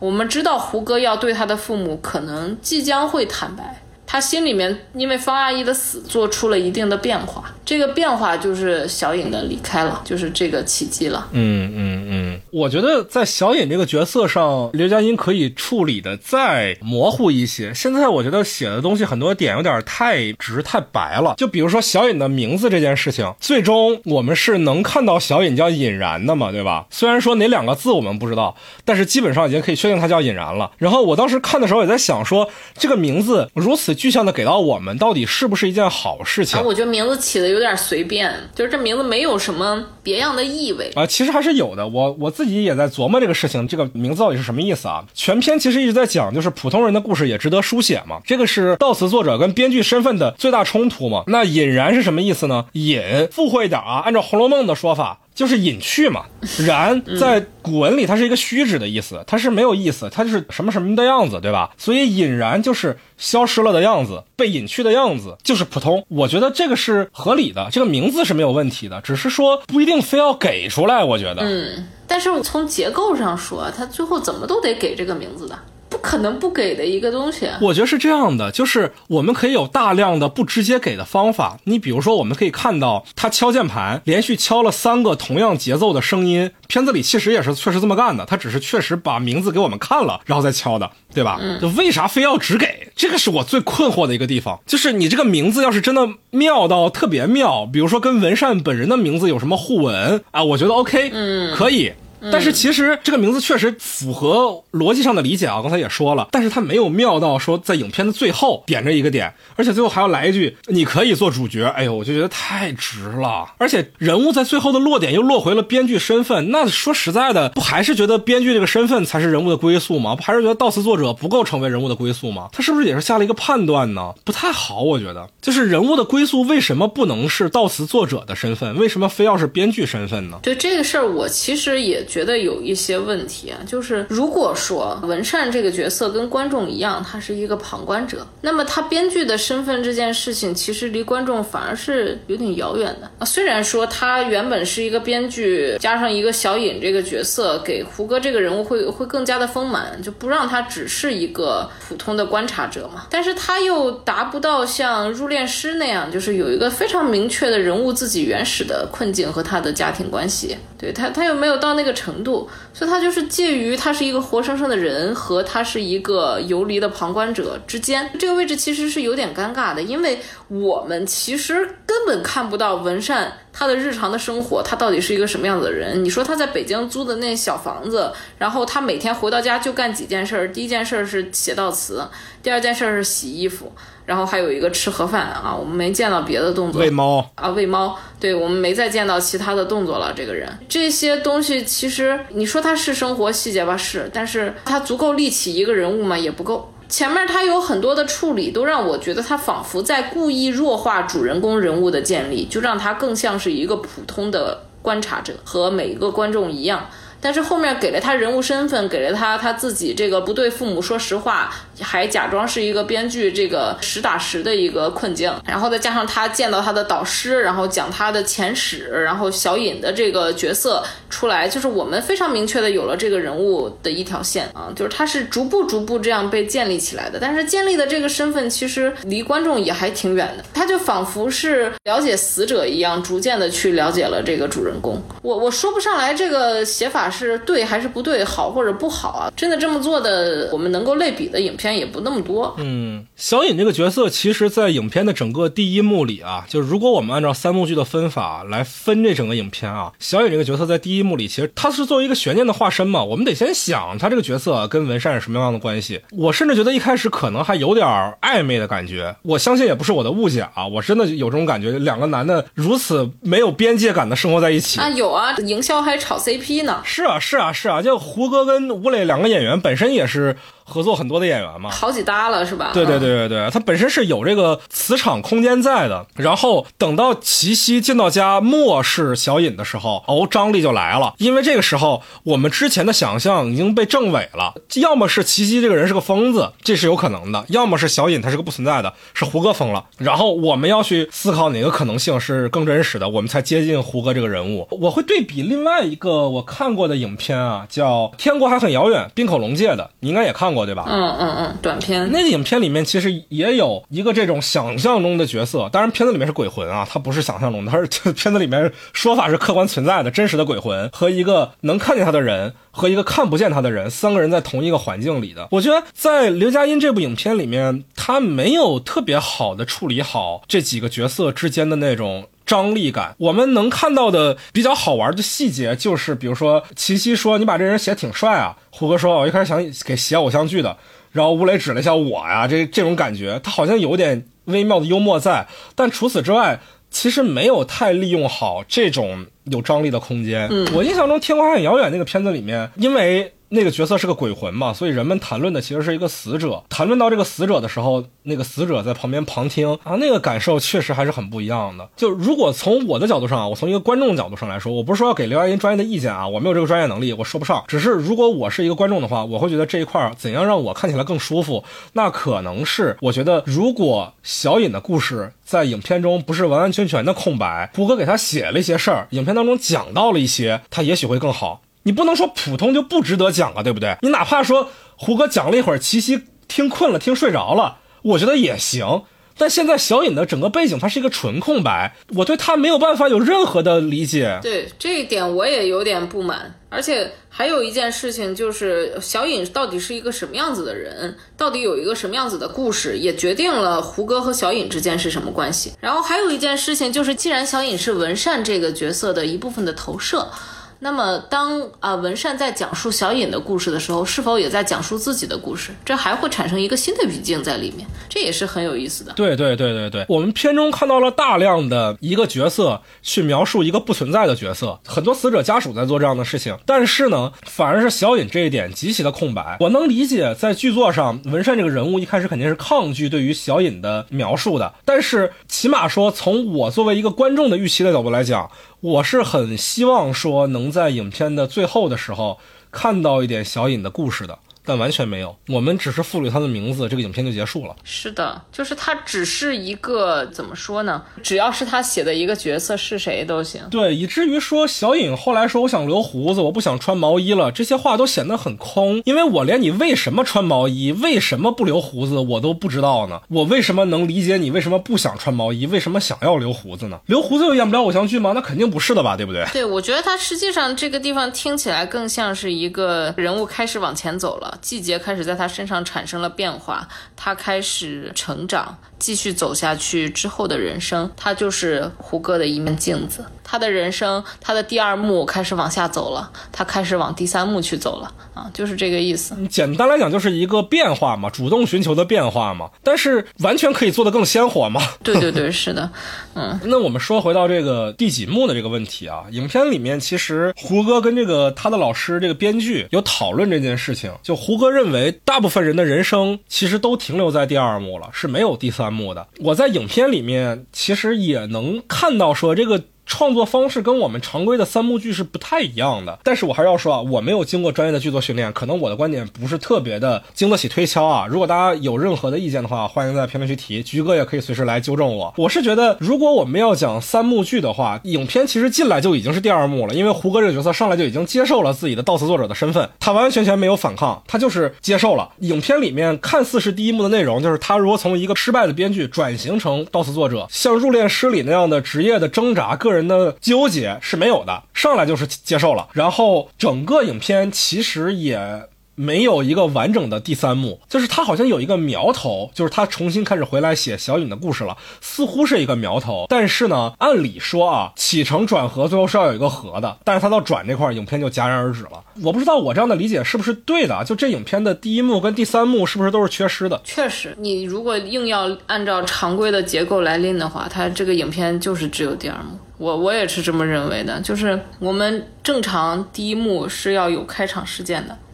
Speaker 1: 我们知道胡歌要对他的父母可能即将会坦白，他心里面因为方阿姨的死做出了一定的变化，这个变化就是小颖的离开了，就是这个契机了。
Speaker 2: 嗯嗯嗯，我觉得在小颖这个角色上，刘嘉欣可以处理的再模糊一些。现在我觉得写的东西很多点有点太直太白了，就比如说小颖的名字这件事情，最终我们是能看到小颖叫尹然的嘛，对吧？虽然说哪两个字我们不知道，但是基本上已经可以确定她叫尹然了。然后我当时看的时候也在想说，这个名字如此具象的给到我们，到底是不是一件好事情？
Speaker 1: 啊，我觉得名字起的有点随便，就是这名字没有什么别样的意味
Speaker 2: 啊、呃。其实还是有的，我我自己也在琢磨这个事情，这个名字到底是什么意思啊？全篇其实一直在讲，就是普通人的故事也值得书写嘛，这个是悼词作者跟编剧身份的最大冲突嘛。那隐然是什么意思呢？隐附会一点啊，按照《红楼梦》的说法，就是隐去嘛。然在古文里它是一个虚指的意思，它是没有意思，它就是什么什么的样子，对吧？所以隐然就是消失了的样子，被隐去的样子，就是普通。我觉得这个是合理的，这个名字是没有问题的，只是说不一定非要给出来，我觉得。
Speaker 1: 嗯，但是从结构上说，他最后怎么都得给这个名字的。不可能不给的一个东西。
Speaker 2: 我觉得是这样的，就是我们可以有大量的不直接给的方法。你比如说，我们可以看到他敲键盘，连续敲了三个同样节奏的声音，片子里其实也是确实这么干的，他只是确实把名字给我们看了，然后再敲的，对吧？嗯，就为啥非要只给？这个是我最困惑的一个地方，就是你这个名字要是真的妙到特别妙，比如说跟文善本人的名字有什么互文啊，我觉得 OK， 嗯，可以。但是其实这个名字确实符合逻辑上的理解啊，刚才也说了，但是他没有妙到说在影片的最后点着一个点，而且最后还要来一句你可以做主角，哎呦，我就觉得太直了。而且人物在最后的落点又落回了编剧身份，那说实在的，不还是觉得编剧这个身份才是人物的归宿吗？不还是觉得悼词作者不够成为人物的归宿吗？他是不是也是下了一个判断呢？不太好，我觉得就是人物的归宿为什么不能是悼词作者的身份，为什么非要是编剧身份呢？
Speaker 1: 对这个事儿，我其实也觉得有一些问题啊，就是如果说文善这个角色跟观众一样，他是一个旁观者，那么他编剧的身份这件事情其实离观众反而是有点遥远的啊。虽然说他原本是一个编剧，加上一个小尹这个角色，给胡歌这个人物会会更加的丰满，就不让他只是一个普通的观察者嘛。但是他又达不到像入殓师那样，就是有一个非常明确的人物自己原始的困境和他的家庭关系，对他他又没有到那个程度。所以他就是介于他是一个活生生的人和他是一个游离的旁观者之间，这个位置其实是有点尴尬的，因为我们其实根本看不到文善他的日常的生活，他到底是一个什么样子的人。你说他在北京租的那小房子，然后他每天回到家就干几件事，第一件事是写悼词，第二件事是洗衣服，然后还有一个吃盒饭啊，我们没见到别的动作。
Speaker 2: 喂猫
Speaker 1: 啊，喂猫，对，我们没再见到其他的动作了。这个人，这些东西其实你说他是生活细节吧，是，但是他足够立起一个人物吗？也不够。前面他有很多的处理都让我觉得他仿佛在故意弱化主人公人物的建立，就让他更像是一个普通的观察者，和每一个观众一样。但是后面给了他人物身份，给了他他自己这个不对父母说实话，还假装是一个编剧，这个实打实的一个困境，然后再加上他见到他的导师，然后讲他的前史，然后小尹的这个角色出来，就是我们非常明确的有了这个人物的一条线啊，就是他是逐步逐步这样被建立起来的。但是建立的这个身份其实离观众也还挺远的，他就仿佛是了解死者一样，逐渐的去了解了这个主人公。我我说不上来这个写法是对还是不对，好或者不好啊，真的这么做的我们能够类比的影片也不那么多。
Speaker 2: 嗯，小尹这个角色其实在影片的整个第一幕里啊，就是如果我们按照三幕剧的分法来分这整个影片啊，小尹这个角色在第一幕里其实他是作为一个悬念的化身嘛，我们得先想他这个角色跟文善是什么样的关系。我甚至觉得一开始可能还有点暧昧的感觉，我相信也不是我的误解啊，我真的有这种感觉，两个男的如此没有边界感的生活在一起
Speaker 1: 啊。有啊，营销还炒 C P 呢。
Speaker 2: 是啊是啊是啊，就胡歌跟吴磊两个演员本身也是合作很多的演员嘛，
Speaker 1: 好几搭了是吧？
Speaker 2: 对对对对对，它本身是有这个磁场空间在的。然后等到齐溪进到家漠视小尹的时候，哦，张力就来了，因为这个时候我们之前的想象已经被证伪了，要么是齐溪这个人是个疯子，这是有可能的，要么是小尹他是个不存在的，是胡歌疯了。然后我们要去思考哪个可能性是更真实的，我们才接近胡歌这个人物。我会对比另外一个我看过的影片啊，叫《天国还很遥远》，滨口龙介的，你应该也看过对吧？
Speaker 1: 嗯嗯嗯，短片。
Speaker 2: 那个影片里面其实也有一个这种想象中的角色，当然片子里面是鬼魂啊，它不是想象中的，它是片子里面说法是客观存在的真实的鬼魂，和一个能看见他的人和一个看不见他的人，三个人在同一个环境里的。我觉得在刘嘉欣这部影片里面，他没有特别好的处理好这几个角色之间的那种张力感。我们能看到的比较好玩的细节就是比如说齐溪说你把这人写挺帅啊，胡歌说我一开始想给写偶像剧的，然后吴磊指了一下我呀，这这种感觉他好像有点微妙的幽默在，但除此之外其实没有太利用好这种有张力的空间。嗯，我印象中天国还很遥远那个片子里面，因为那个角色是个鬼魂嘛，所以人们谈论的其实是一个死者。谈论到这个死者的时候，那个死者在旁边旁听啊，那个感受确实还是很不一样的。就如果从我的角度上，我从一个观众的角度上来说，我不是说要给刘嘉欣专业的意见啊，我没有这个专业能力，我说不上。只是如果我是一个观众的话，我会觉得这一块怎样让我看起来更舒服，那可能是我觉得如果小尹的故事在影片中不是完完全全的空白，胡歌给他写了一些事儿，影片当中讲到了一些，他也许会更好。你不能说普通就不值得讲啊，对不对？你哪怕说胡歌讲了一会儿，齐溪听困了听睡着了，我觉得也行。但现在小尹的整个背景它是一个纯空白，我对他没有办法有任何的理解。
Speaker 1: 对，这一点我也有点不满。而且还有一件事情就是小尹到底是一个什么样子的人，到底有一个什么样子的故事，也决定了胡歌和小尹之间是什么关系。然后还有一件事情就是，既然小尹是文善这个角色的一部分的投射，那么当啊、呃、文善在讲述小尹的故事的时候，是否也在讲述自己的故事？这还会产生一个新的语境在里面，这也是很有意思的。
Speaker 2: 对对对对对，我们片中看到了大量的一个角色去描述一个不存在的角色，很多死者家属在做这样的事情，但是呢，反而是小尹这一点极其的空白。我能理解在剧作上文善这个人物一开始肯定是抗拒对于小尹的描述的，但是起码说从我作为一个观众的预期的角度来讲，我是很希望说能在影片的最后的时候看到一点小尹的故事的，但完全没有，我们只是赋予他的名字，这个影片就结束了。
Speaker 1: 是的，就是他只是一个怎么说呢，只要是他写的一个角色，是谁都行。
Speaker 2: 对，以至于说小尹后来说我想留胡子，我不想穿毛衣了，这些话都显得很空，因为我连你为什么穿毛衣，为什么不留胡子我都不知道呢。我为什么能理解你为什么不想穿毛衣，为什么想要留胡子呢？留胡子又演不了偶像剧吗？那肯定不是的吧，对不对？
Speaker 1: 对，我觉得他实际上这个地方听起来更像是一个人物开始往前走了，季节开始在他身上产生了变化，他开始成长，继续走下去之后的人生，他就是胡歌的一面镜子。他的人生，他的第二幕开始往下走了，他开始往第三幕去走了啊，就是这个意思。
Speaker 2: 简单来讲就是一个变化嘛，主动寻求的变化嘛，但是完全可以做得更鲜活嘛。
Speaker 1: 对对对，是的，嗯。
Speaker 2: 那我们说回到这个第几幕的这个问题啊，影片里面其实胡歌跟这个他的老师这个编剧有讨论这件事情，就胡歌认为大部分人的人生其实都停留在第二幕了，是没有第三幕的。我在影片里面其实也能看到说这个创作方式跟我们常规的三幕剧是不太一样的，但是我还是要说啊，我没有经过专业的剧作训练，可能我的观点不是特别的经得起推敲啊。如果大家有任何的意见的话，欢迎在评论区提，菊哥也可以随时来纠正我。我是觉得，如果我们要讲三幕剧的话，影片其实进来就已经是第二幕了，因为胡歌这个角色上来就已经接受了自己的悼词作者的身份，他完完全全没有反抗，他就是接受了。影片里面看似是第一幕的内容，就是他如何从一个失败的编剧转型成悼词作者，像入殓师里那样的职业的挣扎，个人的纠结是没有的，上来就是接受了。然后整个影片其实也没有一个完整的第三幕，就是他好像有一个苗头，就是他重新开始回来写小尹的故事了，似乎是一个苗头。但是呢，按理说啊，起承转合最后是要有一个合的，但是他到转这块影片就戛然而止了。我不知道我这样的理解是不是对的，就这影片的第一幕跟第三幕是不是都是缺失的？确
Speaker 1: 实，你如果硬要按照常规的结构来拎的话，它这个影片就是只有第二幕。我我也是这么认为的，就是我们正常第一幕是要有开场事件的，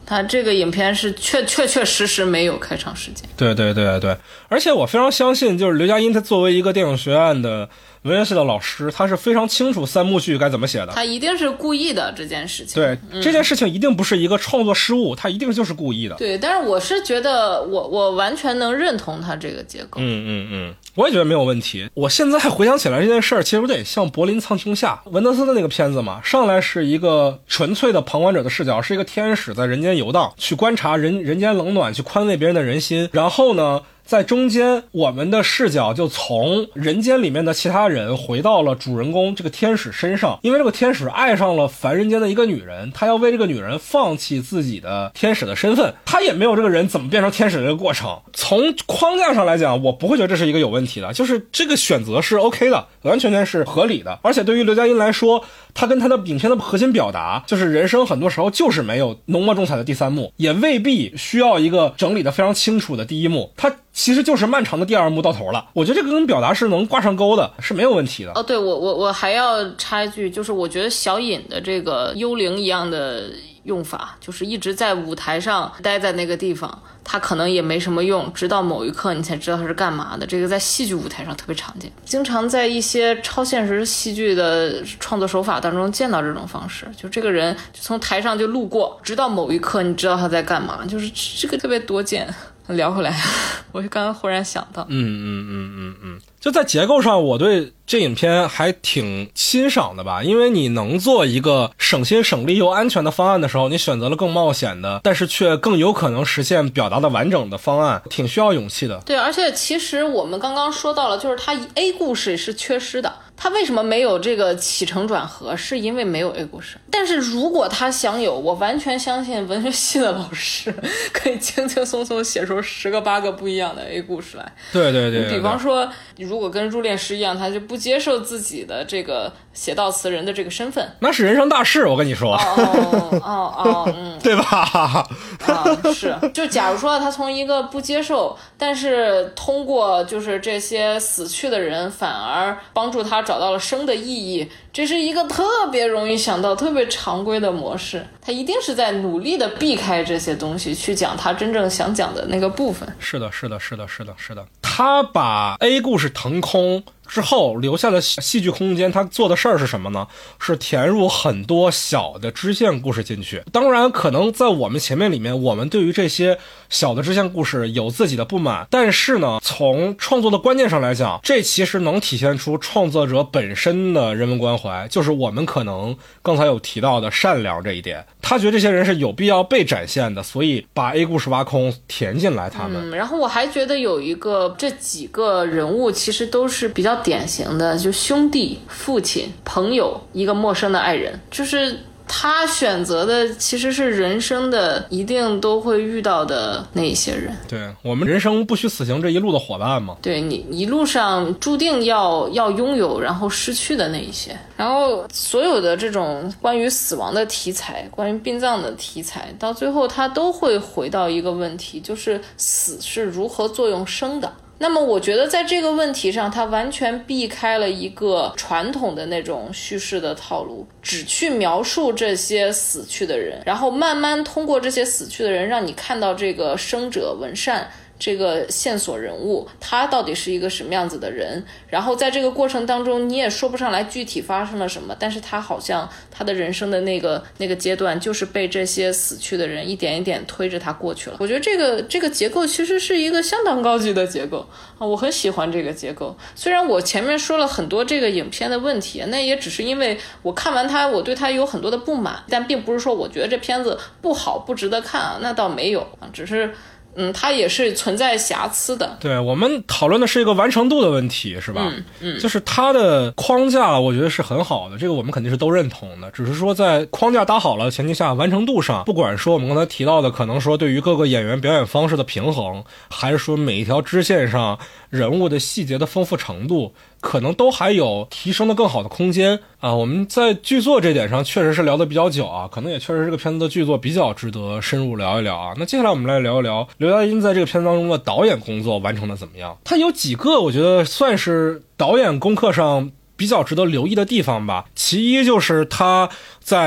Speaker 1: 他这个影片是确确确实实没有开场时间。
Speaker 2: 对对对对，而且我非常相信，就是刘嘉欣他作为一个电影学院的文学系的老师，他是非常清楚三幕剧该怎么写的。
Speaker 1: 他一定是故意的这件事情。
Speaker 2: 对、嗯、这件事情一定不是一个创作失误，他一定就是故意的。
Speaker 1: 对，但是我是觉得我我完全能认同他这个结构。
Speaker 2: 嗯嗯嗯，我也觉得没有问题。我现在回想起来这件事儿，其实有点像柏林苍穹下文德斯的那个片子嘛，上来是一个纯粹的旁观者的视角，是一个天使在人间游荡，去观察人人间冷暖，去宽慰别人的人心。然后呢，在中间我们的视角就从人间里面的其他人回到了主人公这个天使身上，因为这个天使爱上了凡人间的一个女人，他要为这个女人放弃自己的天使的身份，他也没有这个人怎么变成天使的这个过程。从框架上来讲，我不会觉得这是一个有问题的，就是这个选择是 OK 的，完全全是合理的。而且对于刘嘉欣来说，他跟他的影片的核心表达就是人生很多时候就是没有浓墨重彩的第三幕，也未必需要一个整理的非常清楚的第一幕，他其实就是漫长的第二幕到头了。我觉得这个跟表达是能挂上钩的，是没有问题的。
Speaker 1: 哦，对，我我我还要插一句，就是我觉得小尹的这个幽灵一样的用法，就是一直在舞台上待在那个地方，他可能也没什么用，直到某一刻你才知道他是干嘛的。这个在戏剧舞台上特别常见，经常在一些超现实戏剧的创作手法当中见到这种方式，就这个人就从台上就路过，直到某一刻你知道他在干嘛，就是这个特别多见。聊回来，我就刚刚忽然想到，
Speaker 2: 嗯嗯嗯嗯嗯，就在结构上，我对这影片还挺欣赏的吧，因为你能做一个省心省力又安全的方案的时候，你选择了更冒险的，但是却更有可能实现表达的完整的方案，挺需要勇气的。
Speaker 1: 对，而且其实我们刚刚说到了，就是它 A 故事是缺失的。他为什么没有这个起承转合，是因为没有 A 故事。但是如果他想有，我完全相信文学系的老师可以轻轻松松写出十个八个不一样的 A 故事来。
Speaker 2: 对对 对, 对, 对，
Speaker 1: 比方说如果跟入殓师一样，他就不接受自己的这个写悼词人的这个身份，
Speaker 2: 那是人生大事，我跟你说。
Speaker 1: 哦哦哦，嗯，
Speaker 2: 对吧？
Speaker 1: 啊，是，就假如说他从一个不接受，但是通过就是这些死去的人反而帮助他找到了生的意义，这是一个特别容易想到特别常规的模式，他一定是在努力的避开这些东西去讲他真正想讲的那个部分。
Speaker 2: 是的是的是的是的是的，他把 A 故事腾空之后留下的戏剧空间，他做的事儿是什么呢？是填入很多小的支线故事进去。当然可能在我们前面里面，我们对于这些小的支线故事有自己的不满，但是呢，从创作的观念上来讲，这其实能体现出创作者本身的人文关怀，就是我们可能刚才有提到的善良这一点。他觉得这些人是有必要被展现的，所以把 A 故事挖空填进来他们。
Speaker 1: 嗯，然后我还觉得有一个，这几个人物其实都是比较典型的，就兄弟、父亲、朋友，一个陌生的爱人，就是他选择的其实是人生的一定都会遇到的那一些人。
Speaker 2: 对，我们人生不虚此行这一路的伙伴嘛。
Speaker 1: 对，你一路上注定要要拥有然后失去的那一些。然后所有的这种关于死亡的题材，关于殡葬的题材，到最后它都会回到一个问题，就是死是如何作用生的。那么我觉得在这个问题上，它完全避开了一个传统的那种叙事的套路，只去描述这些死去的人，然后慢慢通过这些死去的人让你看到这个生者文善这个线索人物他到底是一个什么样子的人，然后在这个过程当中你也说不上来具体发生了什么，但是他好像他的人生的那个那个阶段就是被这些死去的人一点一点推着他过去了。我觉得这个这个结构其实是一个相当高级的结构啊，我很喜欢这个结构。虽然我前面说了很多这个影片的问题，那也只是因为我看完它我对它有很多的不满，但并不是说我觉得这片子不好不值得看啊，那倒没有啊，只是嗯，它也是存在瑕疵的。
Speaker 2: 对，我们讨论的是一个完成度的问题，是吧？
Speaker 1: 嗯嗯，
Speaker 2: 就是它的框架，我觉得是很好的，这个我们肯定是都认同的。只是说在框架搭好了前提下，完成度上，不管说我们刚才提到的，可能说对于各个演员表演方式的平衡，还是说每一条支线上人物的细节的丰富程度，可能都还有提升的更好的空间啊。我们在剧作这点上确实是聊得比较久啊，可能也确实这个片子的剧作比较值得深入聊一聊啊。那接下来我们来聊一聊刘嘉欣在这个片子当中的导演工作完成的怎么样。他有几个我觉得算是导演功课上比较值得留意的地方吧。其一就是他在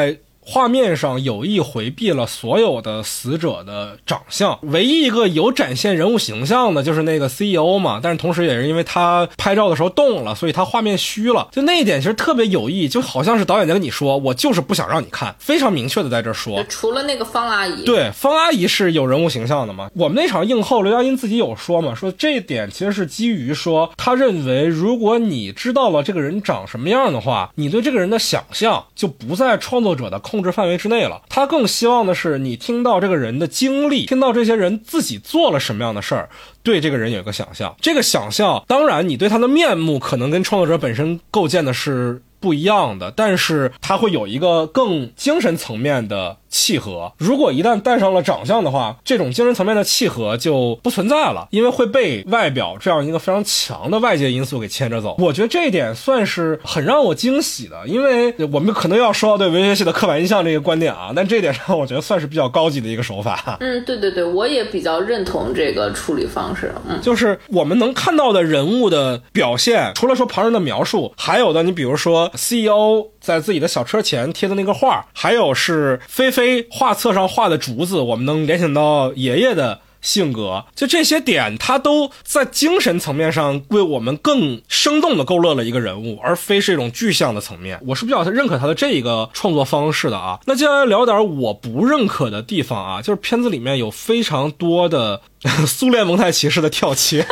Speaker 2: 画面上有意回避了所有的死者的长相，唯一一个有展现人物形象的就是那个 C E O 嘛，但是同时也是因为他拍照的时候动了，所以他画面虚了，就那一点其实特别有意，就好像是导演在跟你说，我就是不想让你看，非常明确的在这说。
Speaker 1: 除了那个方阿姨，
Speaker 2: 对，方阿姨是有人物形象的嘛。我们那场映后，刘嘉欣自己有说嘛，说这一点其实是基于说，他认为如果你知道了这个人长什么样的话，你对这个人的想象就不在创作者的控制范围之内了。他更希望的是你听到这个人的经历，听到这些人自己做了什么样的事儿，对这个人有一个想象。这个想象当然你对他的面目可能跟创作者本身构建的是不一样的，但是它会有一个更精神层面的契合。如果一旦带上了长相的话，这种精神层面的契合就不存在了，因为会被外表这样一个非常强的外界因素给牵着走。我觉得这一点算是很让我惊喜的，因为我们可能要说到对文学系的刻板印象这个观点啊，但这一点上我觉得算是比较高级的一个手法。
Speaker 1: 嗯，对对对，我也比较认同这个处理方式。嗯，
Speaker 2: 就是我们能看到的人物的表现，除了说旁人的描述，还有的你比如说C E O 在自己的小车前贴的那个画，还有是菲菲画册上画的竹子，我们能联想到爷爷的性格，就这些点他都在精神层面上为我们更生动的勾勒了一个人物，而非是一种具象的层面。我是比较认可他的这一个创作方式的啊。那接下来聊点我不认可的地方啊，就是片子里面有非常多的苏联蒙太奇式的跳切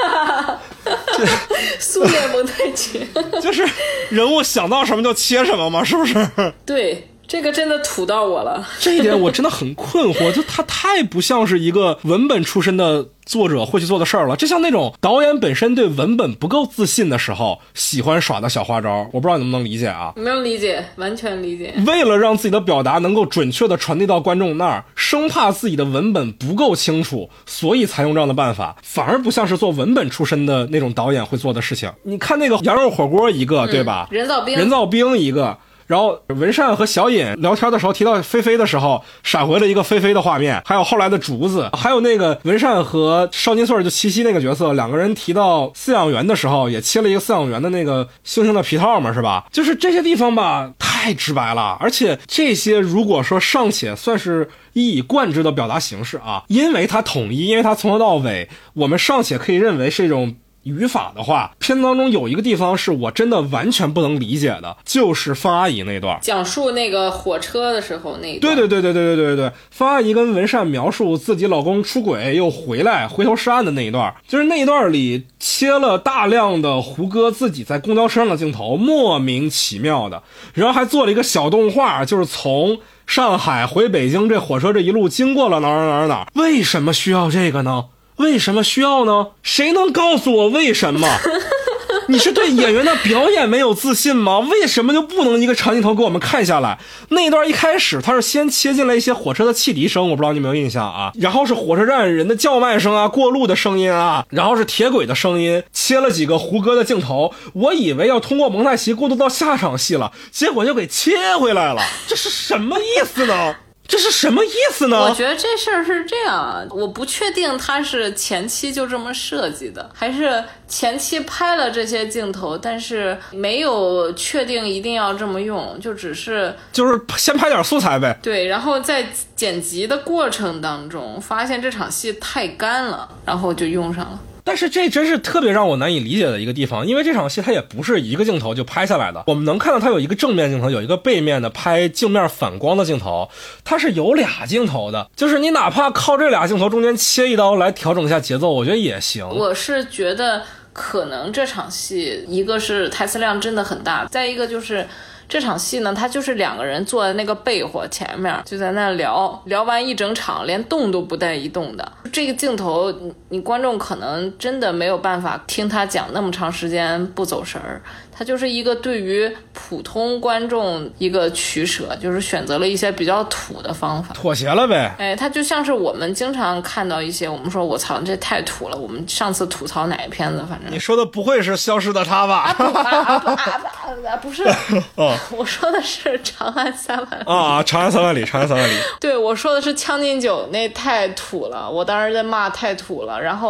Speaker 1: 苏联蒙太奇
Speaker 2: 就是人物想到什么就切什么嘛，是不是？
Speaker 1: 对，这个真的土到我了。
Speaker 2: 这一点我真的很困惑，就他太不像是一个文本出身的作者会去做的事儿了。这像那种导演本身对文本不够自信的时候喜欢耍的小花招，我不知道你能不能理解啊？
Speaker 1: 能理解，完全理解。
Speaker 2: 为了让自己的表达能够准确的传递到观众那儿，生怕自己的文本不够清楚，所以才用这样的办法，反而不像是做文本出身的那种导演会做的事情。你看那个羊肉火锅一个，对吧？
Speaker 1: 嗯、人造冰，
Speaker 2: 人造冰一个。然后文善和小尹聊天的时候提到菲菲的时候，闪回了一个菲菲的画面，还有后来的竹子，还有那个文善和邵金穗就七夕那个角色，两个人提到饲养员的时候也切了一个饲养员的那个猩猩的皮套嘛，是吧？就是这些地方吧太直白了，而且这些如果说尚且算是一以贯之的表达形式啊，因为它统一，因为它从头到尾我们尚且可以认为是一种语法的话，片子当中有一个地方是我真的完全不能理解的，就是方阿姨那段
Speaker 1: 讲述那个火车的时候那一段。
Speaker 2: 对对对对对对对对，方阿姨跟文善描述自己老公出轨又回来回头是岸的那一段，就是那一段里切了大量的胡歌自己在公交车上的镜头，莫名其妙的，然后还做了一个小动画，就是从上海回北京这火车这一路经过了哪儿哪儿哪儿，为什么需要这个呢？为什么需要呢？谁能告诉我为什么？你是对演员的表演没有自信吗？为什么就不能一个长镜头给我们看下来？那段一开始他是先切进来一些火车的汽笛声，我不知道你有没有印象啊，然后是火车站人的叫卖声啊，过路的声音啊，然后是铁轨的声音，切了几个胡歌的镜头，我以为要通过蒙太奇过渡到下场戏了，结果就给切回来了，这是什么意思呢？这是什么意思呢？
Speaker 1: 我觉得这事儿是这样，我不确定他是前期就这么设计的，还是前期拍了这些镜头，但是没有确定一定要这么用，就只是
Speaker 2: 就是先拍点素材呗。
Speaker 1: 对，然后在剪辑的过程当中发现这场戏太干了，然后就用上了。
Speaker 2: 但是这真是特别让我难以理解的一个地方，因为这场戏它也不是一个镜头就拍下来的，我们能看到它有一个正面镜头，有一个背面的拍镜面反光的镜头，它是有俩镜头的，就是你哪怕靠这俩镜头中间切一刀来调整一下节奏，我觉得也行。
Speaker 1: 我是觉得可能这场戏一个是台词量真的很大，再一个就是这场戏呢，他就是两个人坐在那个被火前面，就在那聊聊完一整场，连动都不带一动的。这个镜头，你你观众可能真的没有办法听他讲那么长时间不走神儿。它就是一个对于普通观众一个取舍，就是选择了一些比较土的方法，
Speaker 2: 妥协了呗。
Speaker 1: 哎，它就像是我们经常看到一些，我们说我操这太土了，我们上次吐槽哪个片子，反正
Speaker 2: 你说的不会是消失的他吧？
Speaker 1: 啊不啊不啊不啊不是，哦、我说的是长安三万里
Speaker 2: 啊，长安三万里，长安三万里。
Speaker 1: 对，我说的是将进酒那太土了，我当时在骂太土了，然后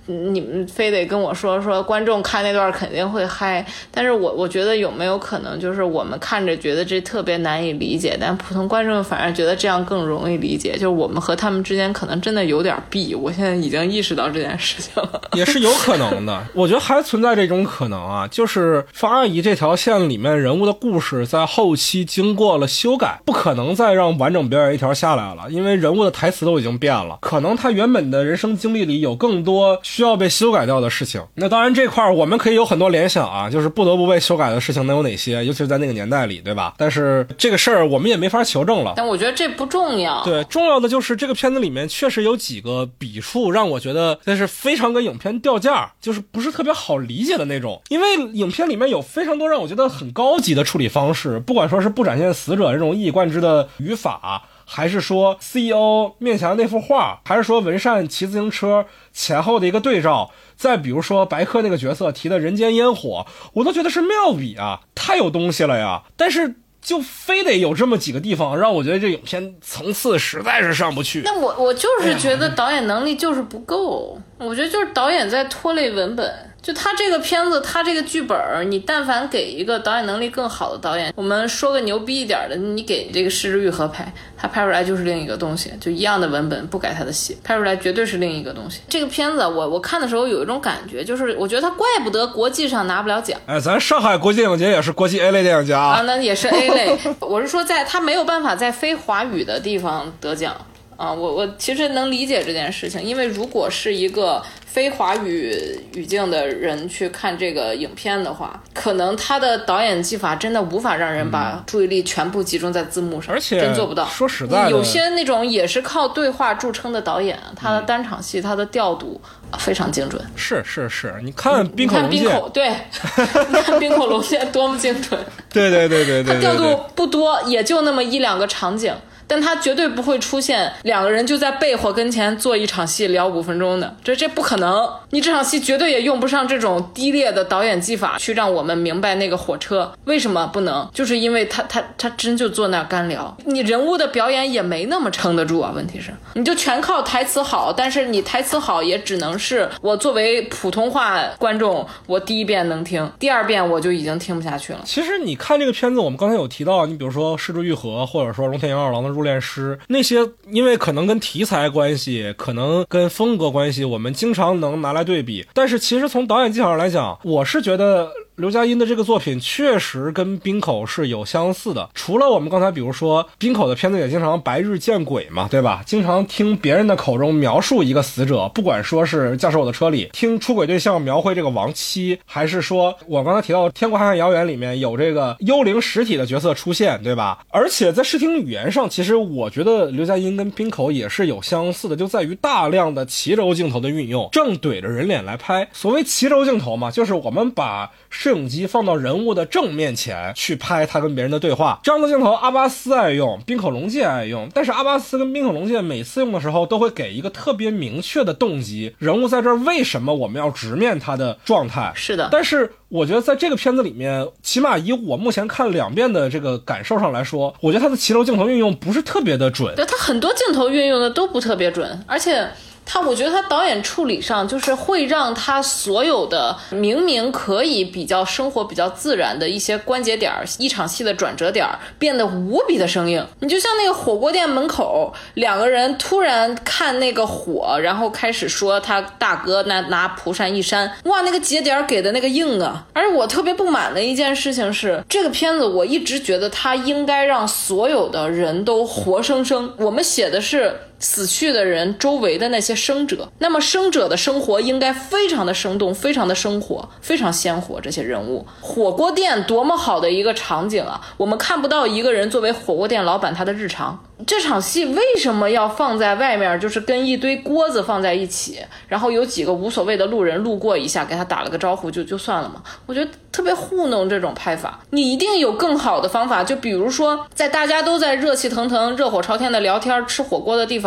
Speaker 1: 你们非得跟我说说观众看那段肯定会嗨，但是我我觉得有没有可能就是我们看着觉得这特别难以理解，但普通观众反而觉得这样更容易理解，就是我们和他们之间可能真的有点弊，我现在已经意识到这件事情了。
Speaker 2: 也是有可能的，我觉得还存在这种可能啊，就是方阿姨这条线里面人物的故事在后期经过了修改，不可能再让完整表演一条下来了，因为人物的台词都已经变了，可能他原本的人生经历里有更多需要被修改掉的事情。那当然这块我们可以有很多联想啊，就是不得不被修改的事情能有哪些，尤其是在那个年代里，对吧？但是这个事儿我们也没法求证了。
Speaker 1: 但我觉得这不重要。
Speaker 2: 对，重要的就是这个片子里面确实有几个笔触让我觉得这是非常跟影片掉价，就是不是特别好理解的那种。因为影片里面有非常多让我觉得很高级的处理方式，不管说是不展现死者这种一以贯之的语法，还是说 C E O 面前的那幅画，还是说文善骑自行车前后的一个对照，再比如说白客那个角色提的人间烟火，我都觉得是妙笔啊，太有东西了呀。但是就非得有这么几个地方让我觉得这影片层次实在是上不去。
Speaker 1: 那我我就是觉得导演能力就是不够，我觉得就是导演在拖累文本。就他这个片子，他这个剧本，你但凡给一个导演能力更好的导演，我们说个牛逼一点的，你给这个石之愈合拍，他拍出来就是另一个东西，就一样的文本，不改他的戏，拍出来绝对是另一个东西。这个片子我我看的时候有一种感觉，就是我觉得他怪不得国际上拿不了奖。
Speaker 2: 哎，咱上海国际电影节也是国际 A 类电影节啊，
Speaker 1: 啊，那也是 A 类。我是说在他没有办法在非华语的地方得奖。啊，我我其实能理解这件事情，因为如果是一个非华语语境的人去看这个影片的话，可能他的导演技法真的无法让人把注意力全部集中在字幕上，
Speaker 2: 而且
Speaker 1: 真做不到。
Speaker 2: 说实在的，
Speaker 1: 有些那种也是靠对话著称的导演，他的单场戏，他的调度非常精准。
Speaker 2: 是是是，你看滨口龙介，
Speaker 1: 你看滨口，对，你看滨口龙介多么精准。
Speaker 2: 对对对对对，
Speaker 1: 他调度不多，也就那么一两个场景。但他绝对不会出现两个人就在被火跟前做一场戏聊五分钟的，这这不可能。你这场戏绝对也用不上这种低劣的导演技法去让我们明白那个火车为什么不能，就是因为他他他真就坐那儿干聊，你人物的表演也没那么撑得住啊。问题是你就全靠台词好，但是你台词好也只能是我作为普通话观众，我第一遍能听，第二遍我就已经听不下去了。
Speaker 2: 其实你看这个片子，我们刚才有提到，你比如说失之愈合，或者说龙田洋二郎的入殓师，那些因为可能跟题材关系，可能跟风格关系，我们经常能拿来对比。但是其实从导演技巧上来讲，我是觉得刘嘉欣的这个作品确实跟滨口是有相似的。除了我们刚才比如说滨口的片子也经常白日见鬼嘛，对吧？经常听别人的口中描述一个死者，不管说是驾驶我的车里听出轨对象描绘这个亡妻，还是说我刚才提到天国瀚瀚遥远里面有这个幽灵实体的角色出现，对吧？而且在视听语言上，其实我觉得刘嘉欣跟滨口也是有相似的，就在于大量的齐轴镜头的运用，正怼着人脸来拍。所谓齐轴镜头嘛，就是我们把摄影机放到人物的正面前去拍他跟别人的对话。这样的镜头阿巴斯爱用，滨口龙介爱用，但是阿巴斯跟滨口龙介每次用的时候都会给一个特别明确的动机，人物在这儿为什么我们要直面他的状态。
Speaker 1: 是的，
Speaker 2: 但是我觉得在这个片子里面，起码以我目前看两遍的这个感受上来说，我觉得他的齐轴镜头运用不是特别的准。
Speaker 1: 对，他很多镜头运用的都不特别准，而且他我觉得他导演处理上就是会让他所有的明明可以比较生活比较自然的一些关节点，一场戏的转折点变得无比的生硬。你就像那个火锅店门口两个人突然看那个火，然后开始说他大哥拿拿蒲扇一扇，哇，那个节点给的那个硬啊。而我特别不满的一件事情是，这个片子我一直觉得他应该让所有的人都活生生，我们写的是死去的人周围的那些生者，那么生者的生活应该非常的生动，非常的生活，非常鲜活。这些人物，火锅店多么好的一个场景啊，我们看不到一个人作为火锅店老板他的日常。这场戏为什么要放在外面，就是跟一堆锅子放在一起，然后有几个无所谓的路人路过一下给他打了个招呼就就算了嘛？我觉得特别糊弄这种拍法。你一定有更好的方法，就比如说在大家都在热气腾腾热火朝天的聊天吃火锅的地方，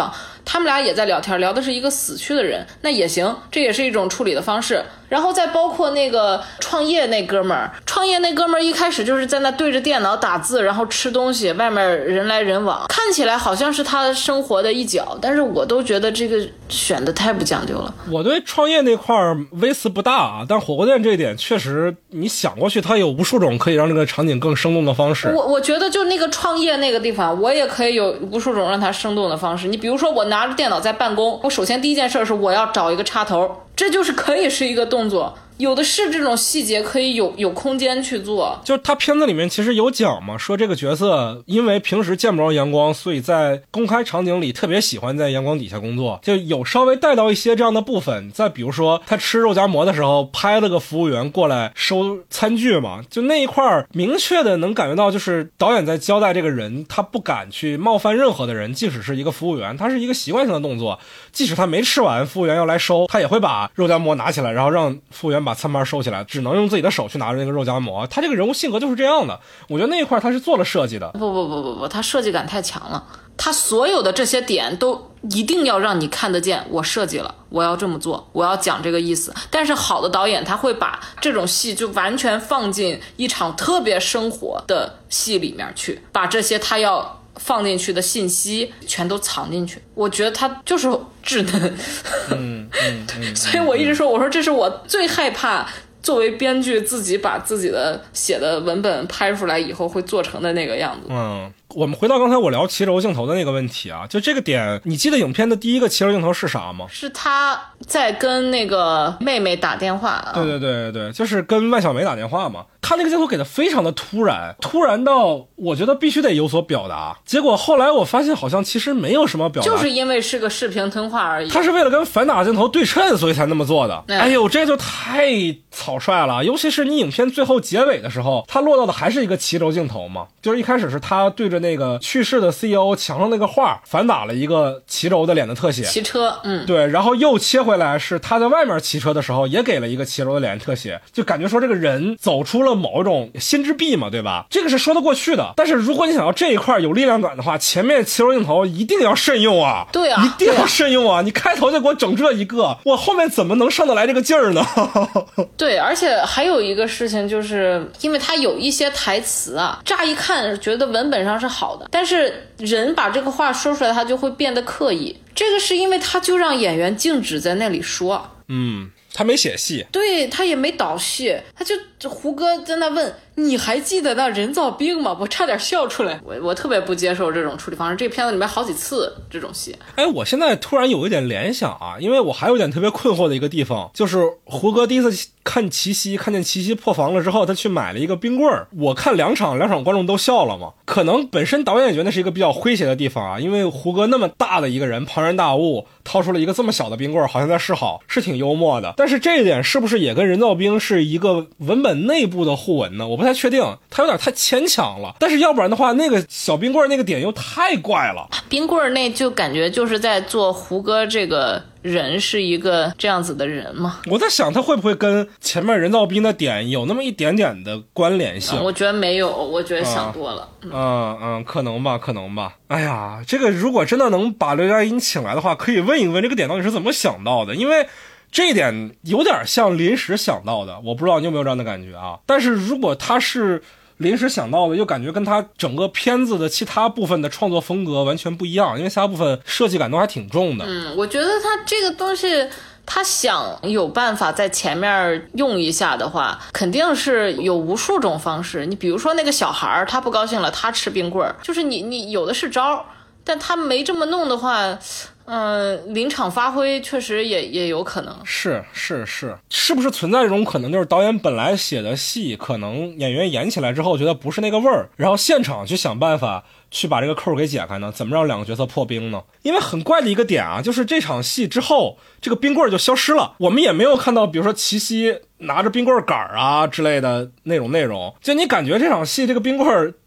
Speaker 1: 他们俩也在聊天，聊的是一个死去的人，那也行，这也是一种处理的方式。然后再包括那个创业那哥们儿，创业那哥们儿一开始就是在那对着电脑打字，然后吃东西，外面人来人往，看起来好像是他生活的一角，但是我都觉得这个选的太不讲究了。
Speaker 2: 我对创业那块微词不大啊，但火锅店这一点确实，你想过去，它有无数种可以让这个场景更生动的方式。
Speaker 1: 我我觉得就那个创业那个地方，我也可以有无数种让它生动的方式。你比如说，我拿着电脑在办公，我首先第一件事是我要找一个插头。这就是可以是一个动作，有的是这种细节可以有有空间去做。
Speaker 2: 就是他片子里面其实有讲嘛，说这个角色因为平时见不着阳光，所以在公开场景里特别喜欢在阳光底下工作，就有稍微带到一些这样的部分。再比如说他吃肉夹馍的时候拍了个服务员过来收餐具嘛，就那一块明确的能感觉到，就是导演在交代这个人他不敢去冒犯任何的人，即使是一个服务员，他是一个习惯性的动作，即使他没吃完服务员要来收，他也会把肉夹馍拿起来，然后让服务员把餐盘收起来，只能用自己的手去拿着那个肉夹馍。他这个人物性格就是这样的，我觉得那一块他是做了设计的。
Speaker 1: 不不不不不，他设计感太强了，他所有的这些点都一定要让你看得见，我设计了，我要这么做，我要讲这个意思。但是好的导演他会把这种戏就完全放进一场特别生活的戏里面去，把这些他要放进去的信息全都藏进去。我觉得他就是稚嫩。
Speaker 2: 嗯嗯嗯，
Speaker 1: 所以我一直说，我说这是我最害怕作为编剧自己把自己的写的文本拍出来以后会做成的那个样子。
Speaker 2: 嗯，我们回到刚才我聊齐轴镜头的那个问题啊，就这个点，你记得影片的第一个齐轴镜头是啥吗？
Speaker 1: 是他在跟那个妹妹打电话、啊。
Speaker 2: 对对对对，就是跟万小梅打电话嘛。他那个镜头给的非常的突然，突然到我觉得必须得有所表达。结果后来我发现好像其实没有什么表达，
Speaker 1: 就是因为是个视频通话而已。
Speaker 2: 他是为了跟反打镜头对称，所以才那么做的。嗯、哎呦，这就太草率了。尤其是你影片最后结尾的时候，他落到的还是一个齐轴镜头嘛，就是一开始是他对着那个去世的 C E O 墙上那个画反打了一个齐轴的脸的特写，
Speaker 1: 骑车，嗯，
Speaker 2: 对，然后又切回来是他在外面骑车的时候也给了一个齐轴的脸特写，就感觉说这个人走出了某一种心之壁嘛，对吧？这个是说得过去的。但是如果你想要这一块有力量感的话，前面齐轴镜头一定要慎用啊，
Speaker 1: 对啊，
Speaker 2: 一定要慎用啊！你开头就给我整这一个，我后面怎么能上得来这个劲儿呢？
Speaker 1: 对，而且还有一个事情，就是因为他有一些台词啊，乍一看觉得文本上是好的，但是人把这个话说出来，他就会变得刻意。这个是因为他就让演员静止在那里说，
Speaker 2: 嗯，他没写戏，
Speaker 1: 对，他也没导戏，他就胡歌在那问你还记得那人造冰吗？我差点笑出来。我我特别不接受这种处理方式，这个片子里面好几次这种戏。
Speaker 2: 哎，我现在突然有一点联想啊，因为我还有点特别困惑的一个地方，就是胡歌第一次看齐溪，看见齐溪破防了之后，他去买了一个冰棍儿。我看两场，两场观众都笑了嘛。可能本身导演也觉得那是一个比较诙谐的地方啊，因为胡歌那么大的一个人，庞然大物，掏出了一个这么小的冰棍儿，好像在示好，是挺幽默的。但是这一点是不是也跟人造冰是一个文本内部的互文呢？我不太确定，它有点太牵强了。但是要不然的话，那个小冰棍儿那个点又太怪了。
Speaker 1: 冰棍儿那就感觉就是在做胡歌这个人是一个这样子的人嘛。
Speaker 2: 我在想他会不会跟前面人造冰的点有那么一点点的关联性、
Speaker 1: 嗯、我觉得没有，我觉得想多了。
Speaker 2: 嗯 嗯, 嗯，可能吧可能吧。哎呀，这个如果真的能把刘嘉欣请来的话，可以问一问这个点到底是怎么想到的，因为这一点有点像临时想到的，我不知道你有没有这样的感觉啊。但是如果他是临时想到的，又感觉跟他整个片子的其他部分的创作风格完全不一样，因为其他部分设计感都还挺重的。
Speaker 1: 嗯，我觉得他这个东西他想有办法在前面用一下的话，肯定是有无数种方式。你比如说那个小孩他不高兴了，他吃冰棍，就是你你有的是招，但他没这么弄的话，嗯、呃，临场发挥确实也也有可能。
Speaker 2: 是是是，是不是存在这种可能，就是导演本来写的戏，可能演员演起来之后觉得不是那个味儿，然后现场去想办法去把这个扣给解开呢？怎么让两个角色破冰呢？因为很怪的一个点啊，就是这场戏之后，这个冰棍就消失了，我们也没有看到，比如说齐溪拿着冰棍杆啊之类的那种内容，就你感觉这场戏这个冰棍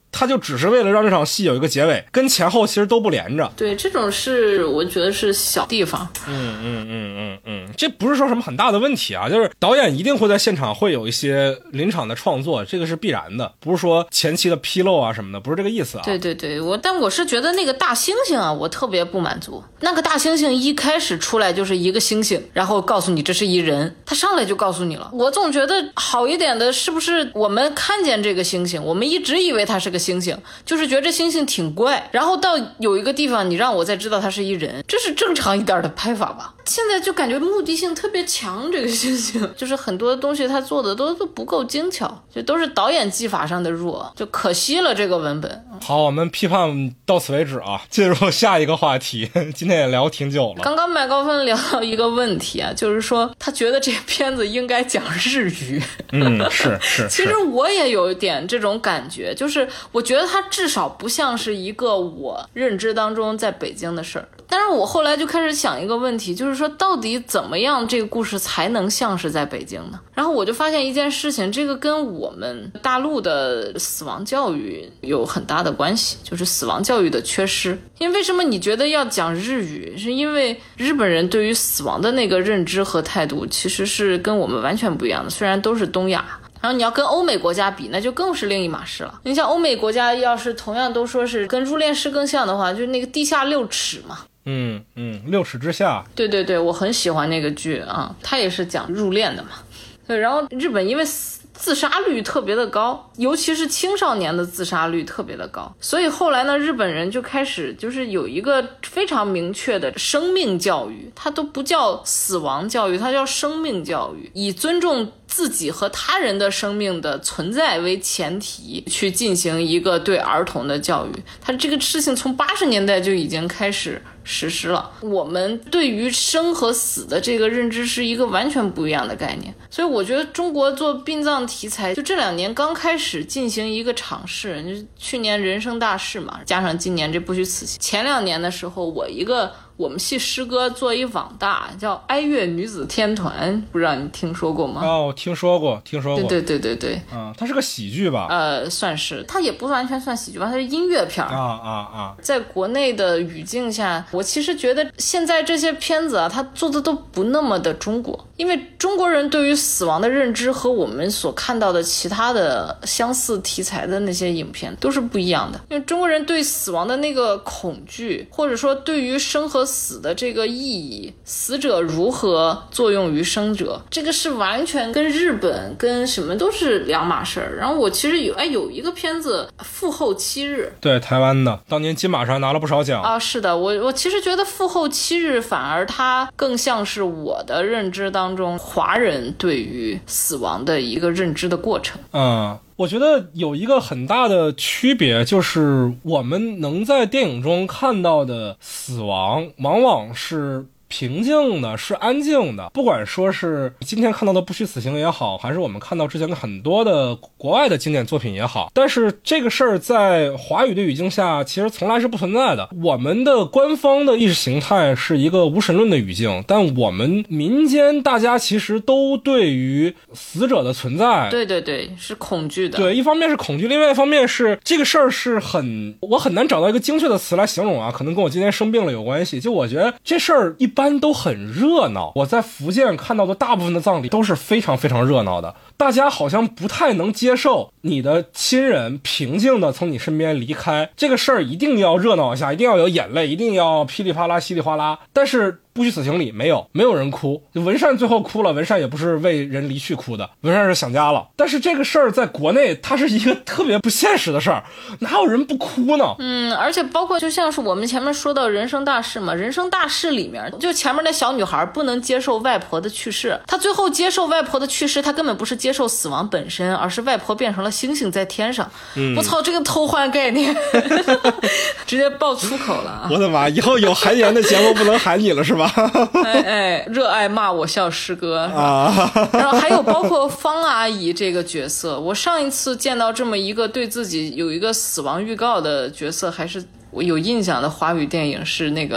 Speaker 2: 他就只是为了让这场戏有一个结尾，跟前后其实都不连着。
Speaker 1: 对，这种是我觉得是小地方。
Speaker 2: 嗯嗯嗯嗯嗯，这不是说什么很大的问题啊，就是导演一定会在现场会有一些临场的创作，这个是必然的，不是说前期的纰漏啊什么的，不是这个意思啊。
Speaker 1: 对对对，我但我是觉得那个大猩猩啊，我特别不满足。那个大猩猩一开始出来就是一个猩猩，然后告诉你这是一人，他上来就告诉你了。我总觉得好一点的是不是我们看见这个猩猩，我们一直以为他是个猩猩，就是觉得这猩猩挺怪，然后到有一个地方你让我再知道他是一人，这是正常一点的拍法吧。现在就感觉目的性特别强，这个猩猩就是很多东西他做的都都不够精巧，就都是导演技法上的弱，就可惜了这个文本。
Speaker 2: 好，我们批判到此为止啊，进入下一个话题。今天也聊挺久了。
Speaker 1: 刚刚麦高芬聊到一个问题啊，就是说他觉得这片子应该讲日语。
Speaker 2: 嗯，是是。
Speaker 1: 其实我也有一点这种感觉，就是我觉得它至少不像是一个我认知当中在北京的事儿。但是我后来就开始想一个问题，就是说到底怎么样这个故事才能像是在北京呢？然后我就发现一件事情，这个跟我们大陆的死亡教育有很大的关系，就是死亡教育的缺失。因为为什么你觉得要讲日语，是因为日本人对于死亡的那个认知和态度其实是跟我们完全不一样的，虽然都是东亚。然后你要跟欧美国家比，那就更是另一码事了。你像欧美国家要是同样都说是跟入殓师更像的话，就是那个地下六尺嘛。
Speaker 2: 嗯嗯，六尺之下。
Speaker 1: 对对对，我很喜欢那个剧啊，它也是讲入殓的嘛。对，然后日本因为自杀率特别的高，尤其是青少年的自杀率特别的高，所以后来呢，日本人就开始就是有一个非常明确的生命教育，它都不叫死亡教育，它叫生命教育，以尊重自己和他人的生命的存在为前提去进行一个对儿童的教育。它这个事情从八十年代就已经开始实施了，我们对于生和死的这个认知是一个完全不一样的概念。所以我觉得中国做殡葬题材就这两年刚开始进行一个尝试，就是去年人生大事嘛，加上今年这不虚此行。前两年的时候，我一个我们系师哥做一网大叫哀乐女子天团，不知道你听说过吗？
Speaker 2: 哦，听说过听说过。
Speaker 1: 对对对对对，
Speaker 2: 嗯，它是个喜剧吧？
Speaker 1: 呃，算是，它也不完全算喜剧吧，它是音乐片
Speaker 2: 啊啊啊！
Speaker 1: 在国内的语境下，我其实觉得现在这些片子啊，它做的都不那么的中国，因为中国人对于死亡的认知和我们所看到的其他的相似题材的那些影片都是不一样的。因为中国人对死亡的那个恐惧，或者说对于生和死的这个意义，死者如何作用于生者，这个是完全跟日本跟什么都是两码事儿。然后我其实有哎有一个片子《父后七日》，
Speaker 2: 对，台湾的，当年金马上拿了不少奖
Speaker 1: 啊。是的，我我其实觉得《父后七日》反而它更像是我的认知当中华人对于死亡的一个认知的过程。
Speaker 2: 嗯。我觉得有一个很大的区别，就是我们能在电影中看到的死亡往往是平静的，是安静的，不管说是今天看到的不虚此行也好，还是我们看到之前的很多的国外的经典作品也好，但是这个事儿在华语的语境下其实从来是不存在的。我们的官方的意识形态是一个无神论的语境，但我们民间大家其实都对于死者的存在，
Speaker 1: 对对对，是恐惧的。
Speaker 2: 对，一方面是恐惧，另外一方面是这个事儿是很，我很难找到一个精确的词来形容啊，可能跟我今天生病了有关系。就我觉得这事儿一般一般都很热闹，我在福建看到的大部分的葬礼都是非常非常热闹的，大家好像不太能接受你的亲人平静的从你身边离开，这个事儿一定要热闹一下，一定要有眼泪，一定要噼里啪啦稀里哗啦。但是不虚此行里没有没有人哭，文善最后哭了，文善也不是为人离去哭的，文善是想家了。但是这个事儿在国内它是一个特别不现实的事儿，哪有人不哭呢？
Speaker 1: 嗯，而且包括就像是我们前面说到人生大事嘛，人生大事里面就前面那小女孩不能接受外婆的去世，她最后接受外婆的去世，她根本不是接受死亡本身，而是外婆变成了星星在天上。嗯、我操，这个偷换概念直接爆粗口了啊！
Speaker 2: 我的妈，以后有韩言的节目不能喊你了是吧？
Speaker 1: 哎哎，热爱骂我笑师哥啊！然后还有包括方阿姨这个角色，我上一次见到这么一个对自己有一个死亡预告的角色，还是我有印象的华语电影是那个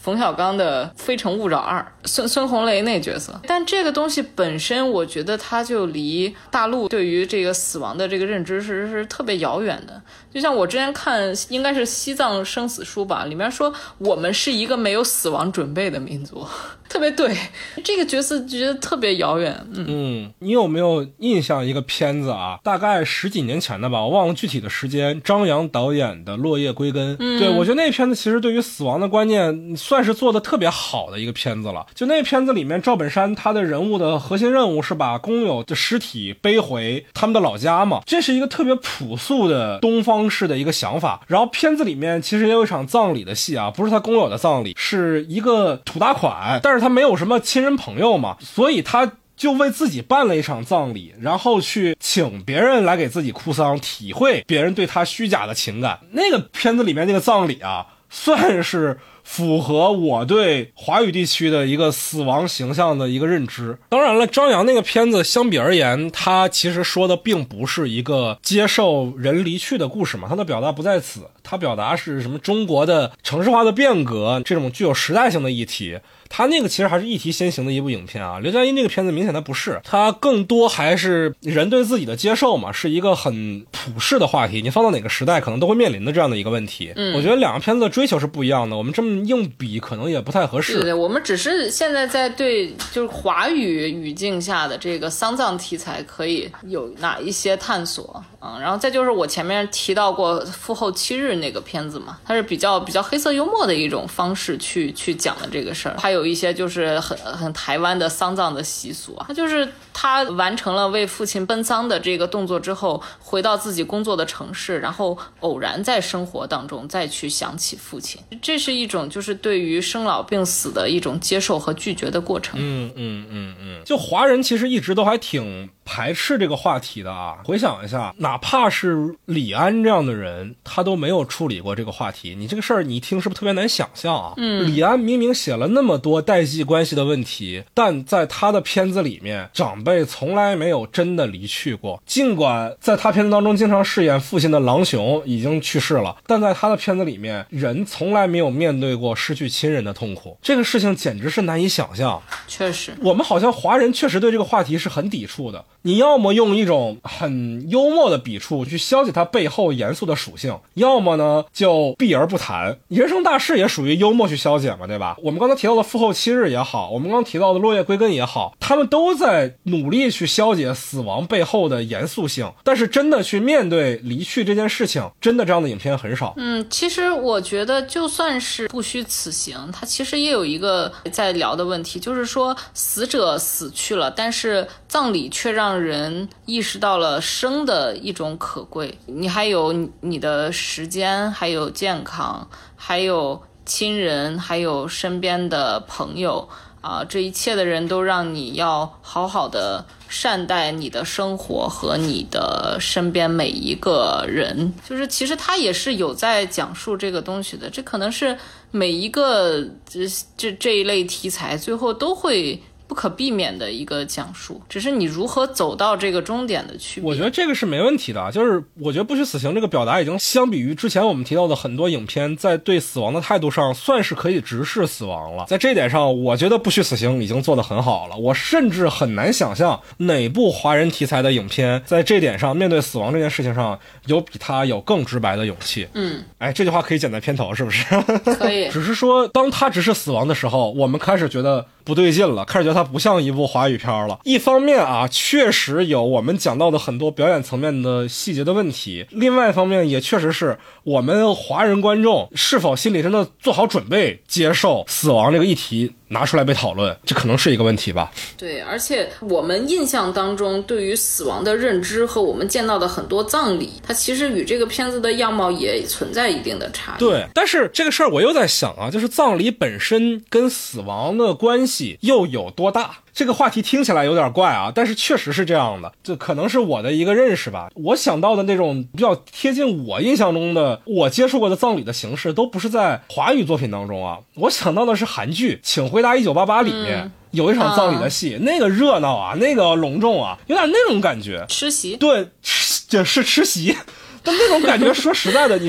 Speaker 1: 冯小刚的《非诚勿扰二》，孙孙红雷那角色。但这个东西本身，我觉得它就离大陆对于这个死亡的这个认知是是特别遥远的。就像我之前看，应该是《西藏生死书》吧，里面说我们是一个没有死亡准备的民族，特别对。这个角色觉得特别遥远。嗯
Speaker 2: 嗯，你有没有印象一个片子啊？大概十几年前的吧，我忘了具体的时间。张扬导演的《落叶归根》，嗯，对，我觉得那片子其实对于死亡的观念算是做的特别好的一个片子了。就那片子里面，赵本山他的人物的核心任务是把工友的尸体背回他们的老家嘛，这是一个特别朴素的东方式的一个想法。然后片子里面其实也有一场葬礼的戏啊，不是他工友的葬礼，是一个土大款，但是他没有什么亲人朋友嘛，所以他就为自己办了一场葬礼，然后去请别人来给自己哭丧，体会别人对他虚假的情感。那个片子里面那个葬礼啊，算是符合我对华语地区的一个死亡形象的一个认知。当然了，张扬那个片子相比而言，他其实说的并不是一个接受人离去的故事嘛，他的表达不在此，他表达是什么中国的城市化的变革，这种具有时代性的议题。他那个其实还是议题先行的一部影片啊，刘嘉欣这个片子明显它不是，它更多还是人对自己的接受嘛，是一个很普世的话题，你放到哪个时代可能都会面临的这样的一个问题。嗯，我觉得两个片子的追求是不一样的，我们这么硬比可能也不太合适。
Speaker 1: 对对，我们只是现在在对就是华语语境下的这个丧葬题材可以有哪一些探索。嗯，然后再就是我前面提到过《父后七日》那个片子嘛，它是比较比较黑色幽默的一种方式去去讲的这个事儿，还有一些就是很很台湾的丧葬的习俗啊，他就是他完成了为父亲奔丧的这个动作之后，回到自己工作的城市，然后偶然在生活当中再去想起父亲，这是一种就是对于生老病死的一种接受和拒绝的过程。
Speaker 2: 嗯嗯嗯嗯，就华人其实一直都还挺排斥这个话题的啊。回想一下，哪怕是李安这样的人，他都没有处理过这个话题。你这个事儿你一听是不是特别难想象啊？嗯，李安明明写了那么多代际关系的问题，但在他的片子里面，长辈从来没有真的离去过。尽管在他片子当中经常饰演父亲的郎雄已经去世了，但在他的片子里面，人从来没有面对过失去亲人的痛苦。这个事情简直是难以想象。
Speaker 1: 确实，
Speaker 2: 我们好像华人确实对这个话题是很抵触的。你要么用一种很幽默的笔触去消解它背后严肃的属性，要么呢就避而不谈。人生大事也属于幽默去消解嘛，对吧？我们刚才提到的父后七日也好，我们刚刚提到的落叶归根也好，他们都在努力去消解死亡背后的严肃性，但是真的去面对离去这件事情，真的这样的影片很少。
Speaker 1: 嗯，其实我觉得就算是不虚此行，它其实也有一个在聊的问题，就是说死者死去了，但是葬礼却让人意识到了生的一种可贵。你还有你的时间，还有健康，还有亲人，还有身边的朋友啊，这一切的人都让你要好好的善待你的生活和你的身边每一个人。就是其实他也是有在讲述这个东西的，这可能是每一个这这这一类题材最后都会不可避免的一个讲述，只是你如何走到这个终点的区别。
Speaker 2: 我觉得这个是没问题的，就是我觉得不虚此行这个表达已经相比于之前我们提到的很多影片，在对死亡的态度上算是可以直视死亡了。在这一点上，我觉得不虚此行已经做得很好了。我甚至很难想象哪部华人题材的影片在这点上面对死亡这件事情上有比他有更直白的勇气。
Speaker 1: 嗯，
Speaker 2: 哎，这句话可以剪在片头是不是？
Speaker 1: 可以。
Speaker 2: 只是说当他直视死亡的时候，我们开始觉得不对劲了，开始觉得它不像一部华语片了。一方面啊，确实有我们讲到的很多表演层面的细节的问题，另外一方面也确实是我们华人观众是否心里真的做好准备接受死亡这个议题拿出来被讨论，这可能是一个问题吧。
Speaker 1: 对，而且我们印象当中对于死亡的认知和我们见到的很多葬礼，它其实与这个片子的样貌也存在一定的差异。
Speaker 2: 对，但是这个事儿我又在想啊，就是葬礼本身跟死亡的关系又有多大？这个话题听起来有点怪啊，但是确实是这样的，这可能是我的一个认识吧。我想到的那种比较贴近我印象中的我接触过的葬礼的形式，都不是在华语作品当中啊。我想到的是韩剧《请回答一九八八》里面、嗯、有一场葬礼的戏、啊、那个热闹啊，那个隆重啊，有点那种感觉。
Speaker 1: 吃席，
Speaker 2: 对，这是吃席。但那种感觉说实在的，你说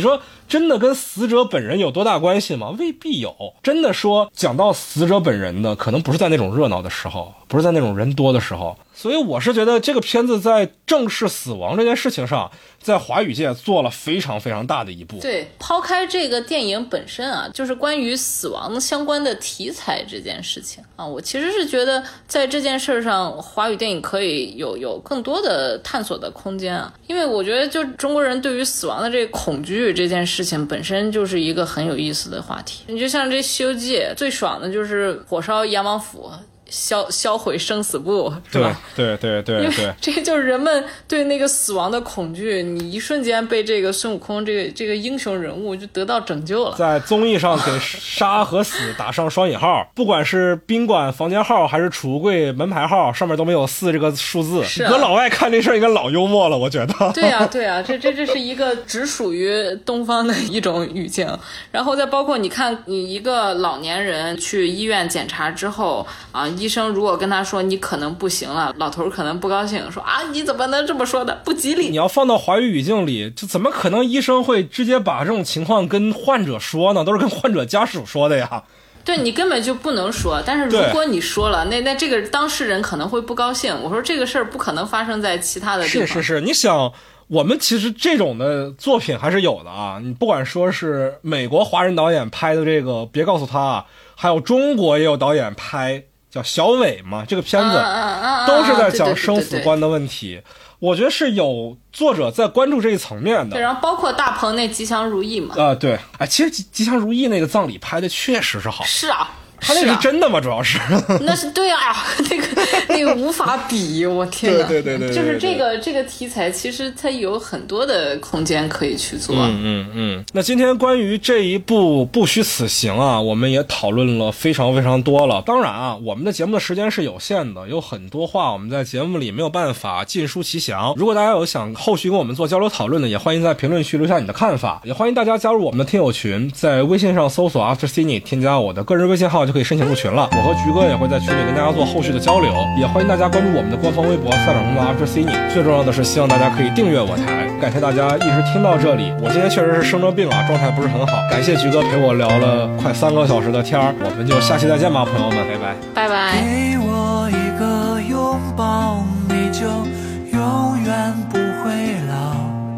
Speaker 2: 真的跟死者本人有多大关系吗？未必有。真的说讲到死者本人的，可能不是在那种热闹的时候，不是在那种人多的时候。所以我是觉得这个片子在正视死亡这件事情上，在华语界做了非常非常大的一步。
Speaker 1: 对，抛开这个电影本身啊，就是关于死亡相关的题材这件事情啊，我其实是觉得在这件事上，华语电影可以有有更多的探索的空间啊。因为我觉得就中国人对于死亡的这个恐惧这件事情本身就是一个很有意思的话题。你就像这《西游记》，最爽的就是火烧阎王府，销销毁生死簿，是吧？
Speaker 2: 对对对对对，
Speaker 1: 这个就是人们对那个死亡的恐惧，你一瞬间被这个孙悟空这个这个英雄人物就得到拯救了。
Speaker 2: 在综艺上给杀和死打上双引号，不管是宾馆房间号还是储物柜门牌号，上面都没有四这个数字。
Speaker 1: 是啊，
Speaker 2: 搁老外看这事儿应该老幽默了，我觉得。
Speaker 1: 对啊对啊，这这这是一个只属于东方的一种语境。然后再包括你看，你一个老年人去医院检查之后啊，医生如果跟他说你可能不行了，老头可能不高兴，说啊你怎么能这么说的，不吉利。
Speaker 2: 你要放到华语语境里，就怎么可能医生会直接把这种情况跟患者说呢？都是跟患者家属说的呀。
Speaker 1: 对，你根本就不能说，但是如果你说了，那那这个当事人可能会不高兴。我说这个事儿不可能发生在其他的地方。
Speaker 2: 是是是，你想我们其实这种的作品还是有的啊。你不管说是美国华人导演拍的这个别告诉他啊，还有中国也有导演拍叫小伟嘛，这个片子都是在讲生死观的问题。我觉得是有作者在关注这一层面的。
Speaker 1: 对，然后包括大鹏那吉祥如意嘛。
Speaker 2: 啊、呃，对，哎，其实吉吉祥如意那个葬礼拍的确实是好。
Speaker 1: 是啊。
Speaker 2: 他那是真的吗？主要是
Speaker 1: 那是对啊，那个那个无法比，我天哪！
Speaker 2: 对对对 对, 对, 对, 对，
Speaker 1: 就是这个这个题材，其实它有很多的空间可以去做。
Speaker 2: 嗯嗯嗯。那今天关于这一部《不虚此行》啊，我们也讨论了非常非常多了。当然啊，我们的节目的时间是有限的，有很多话我们在节目里没有办法尽抒其详。如果大家有想后续跟我们做交流讨论的，也欢迎在评论区留下你的看法，也欢迎大家加入我们的听友群，在微信上搜索 After Cine， 添加我的个人微信号就可以申请入群了。我和菊哥也会在群里跟大家做后续的交流，也欢迎大家关注我们的官方微博赛场中的 After Cine。最重要的是希望大家可以订阅我台，感谢大家一直听到这里。我今天确实是生着病啊，状态不是很好，感谢菊哥陪我聊了快三个小时的天儿，我们就下期再见吧，朋友们，拜拜，
Speaker 1: 拜拜。
Speaker 3: 给我一个拥抱，你就永远不会老。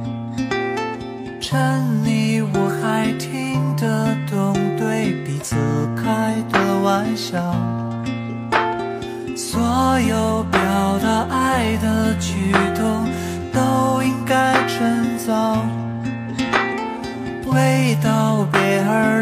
Speaker 3: 趁你我还听得懂对彼此开的玩笑，所有表达爱的举动都应该趁早，为道别而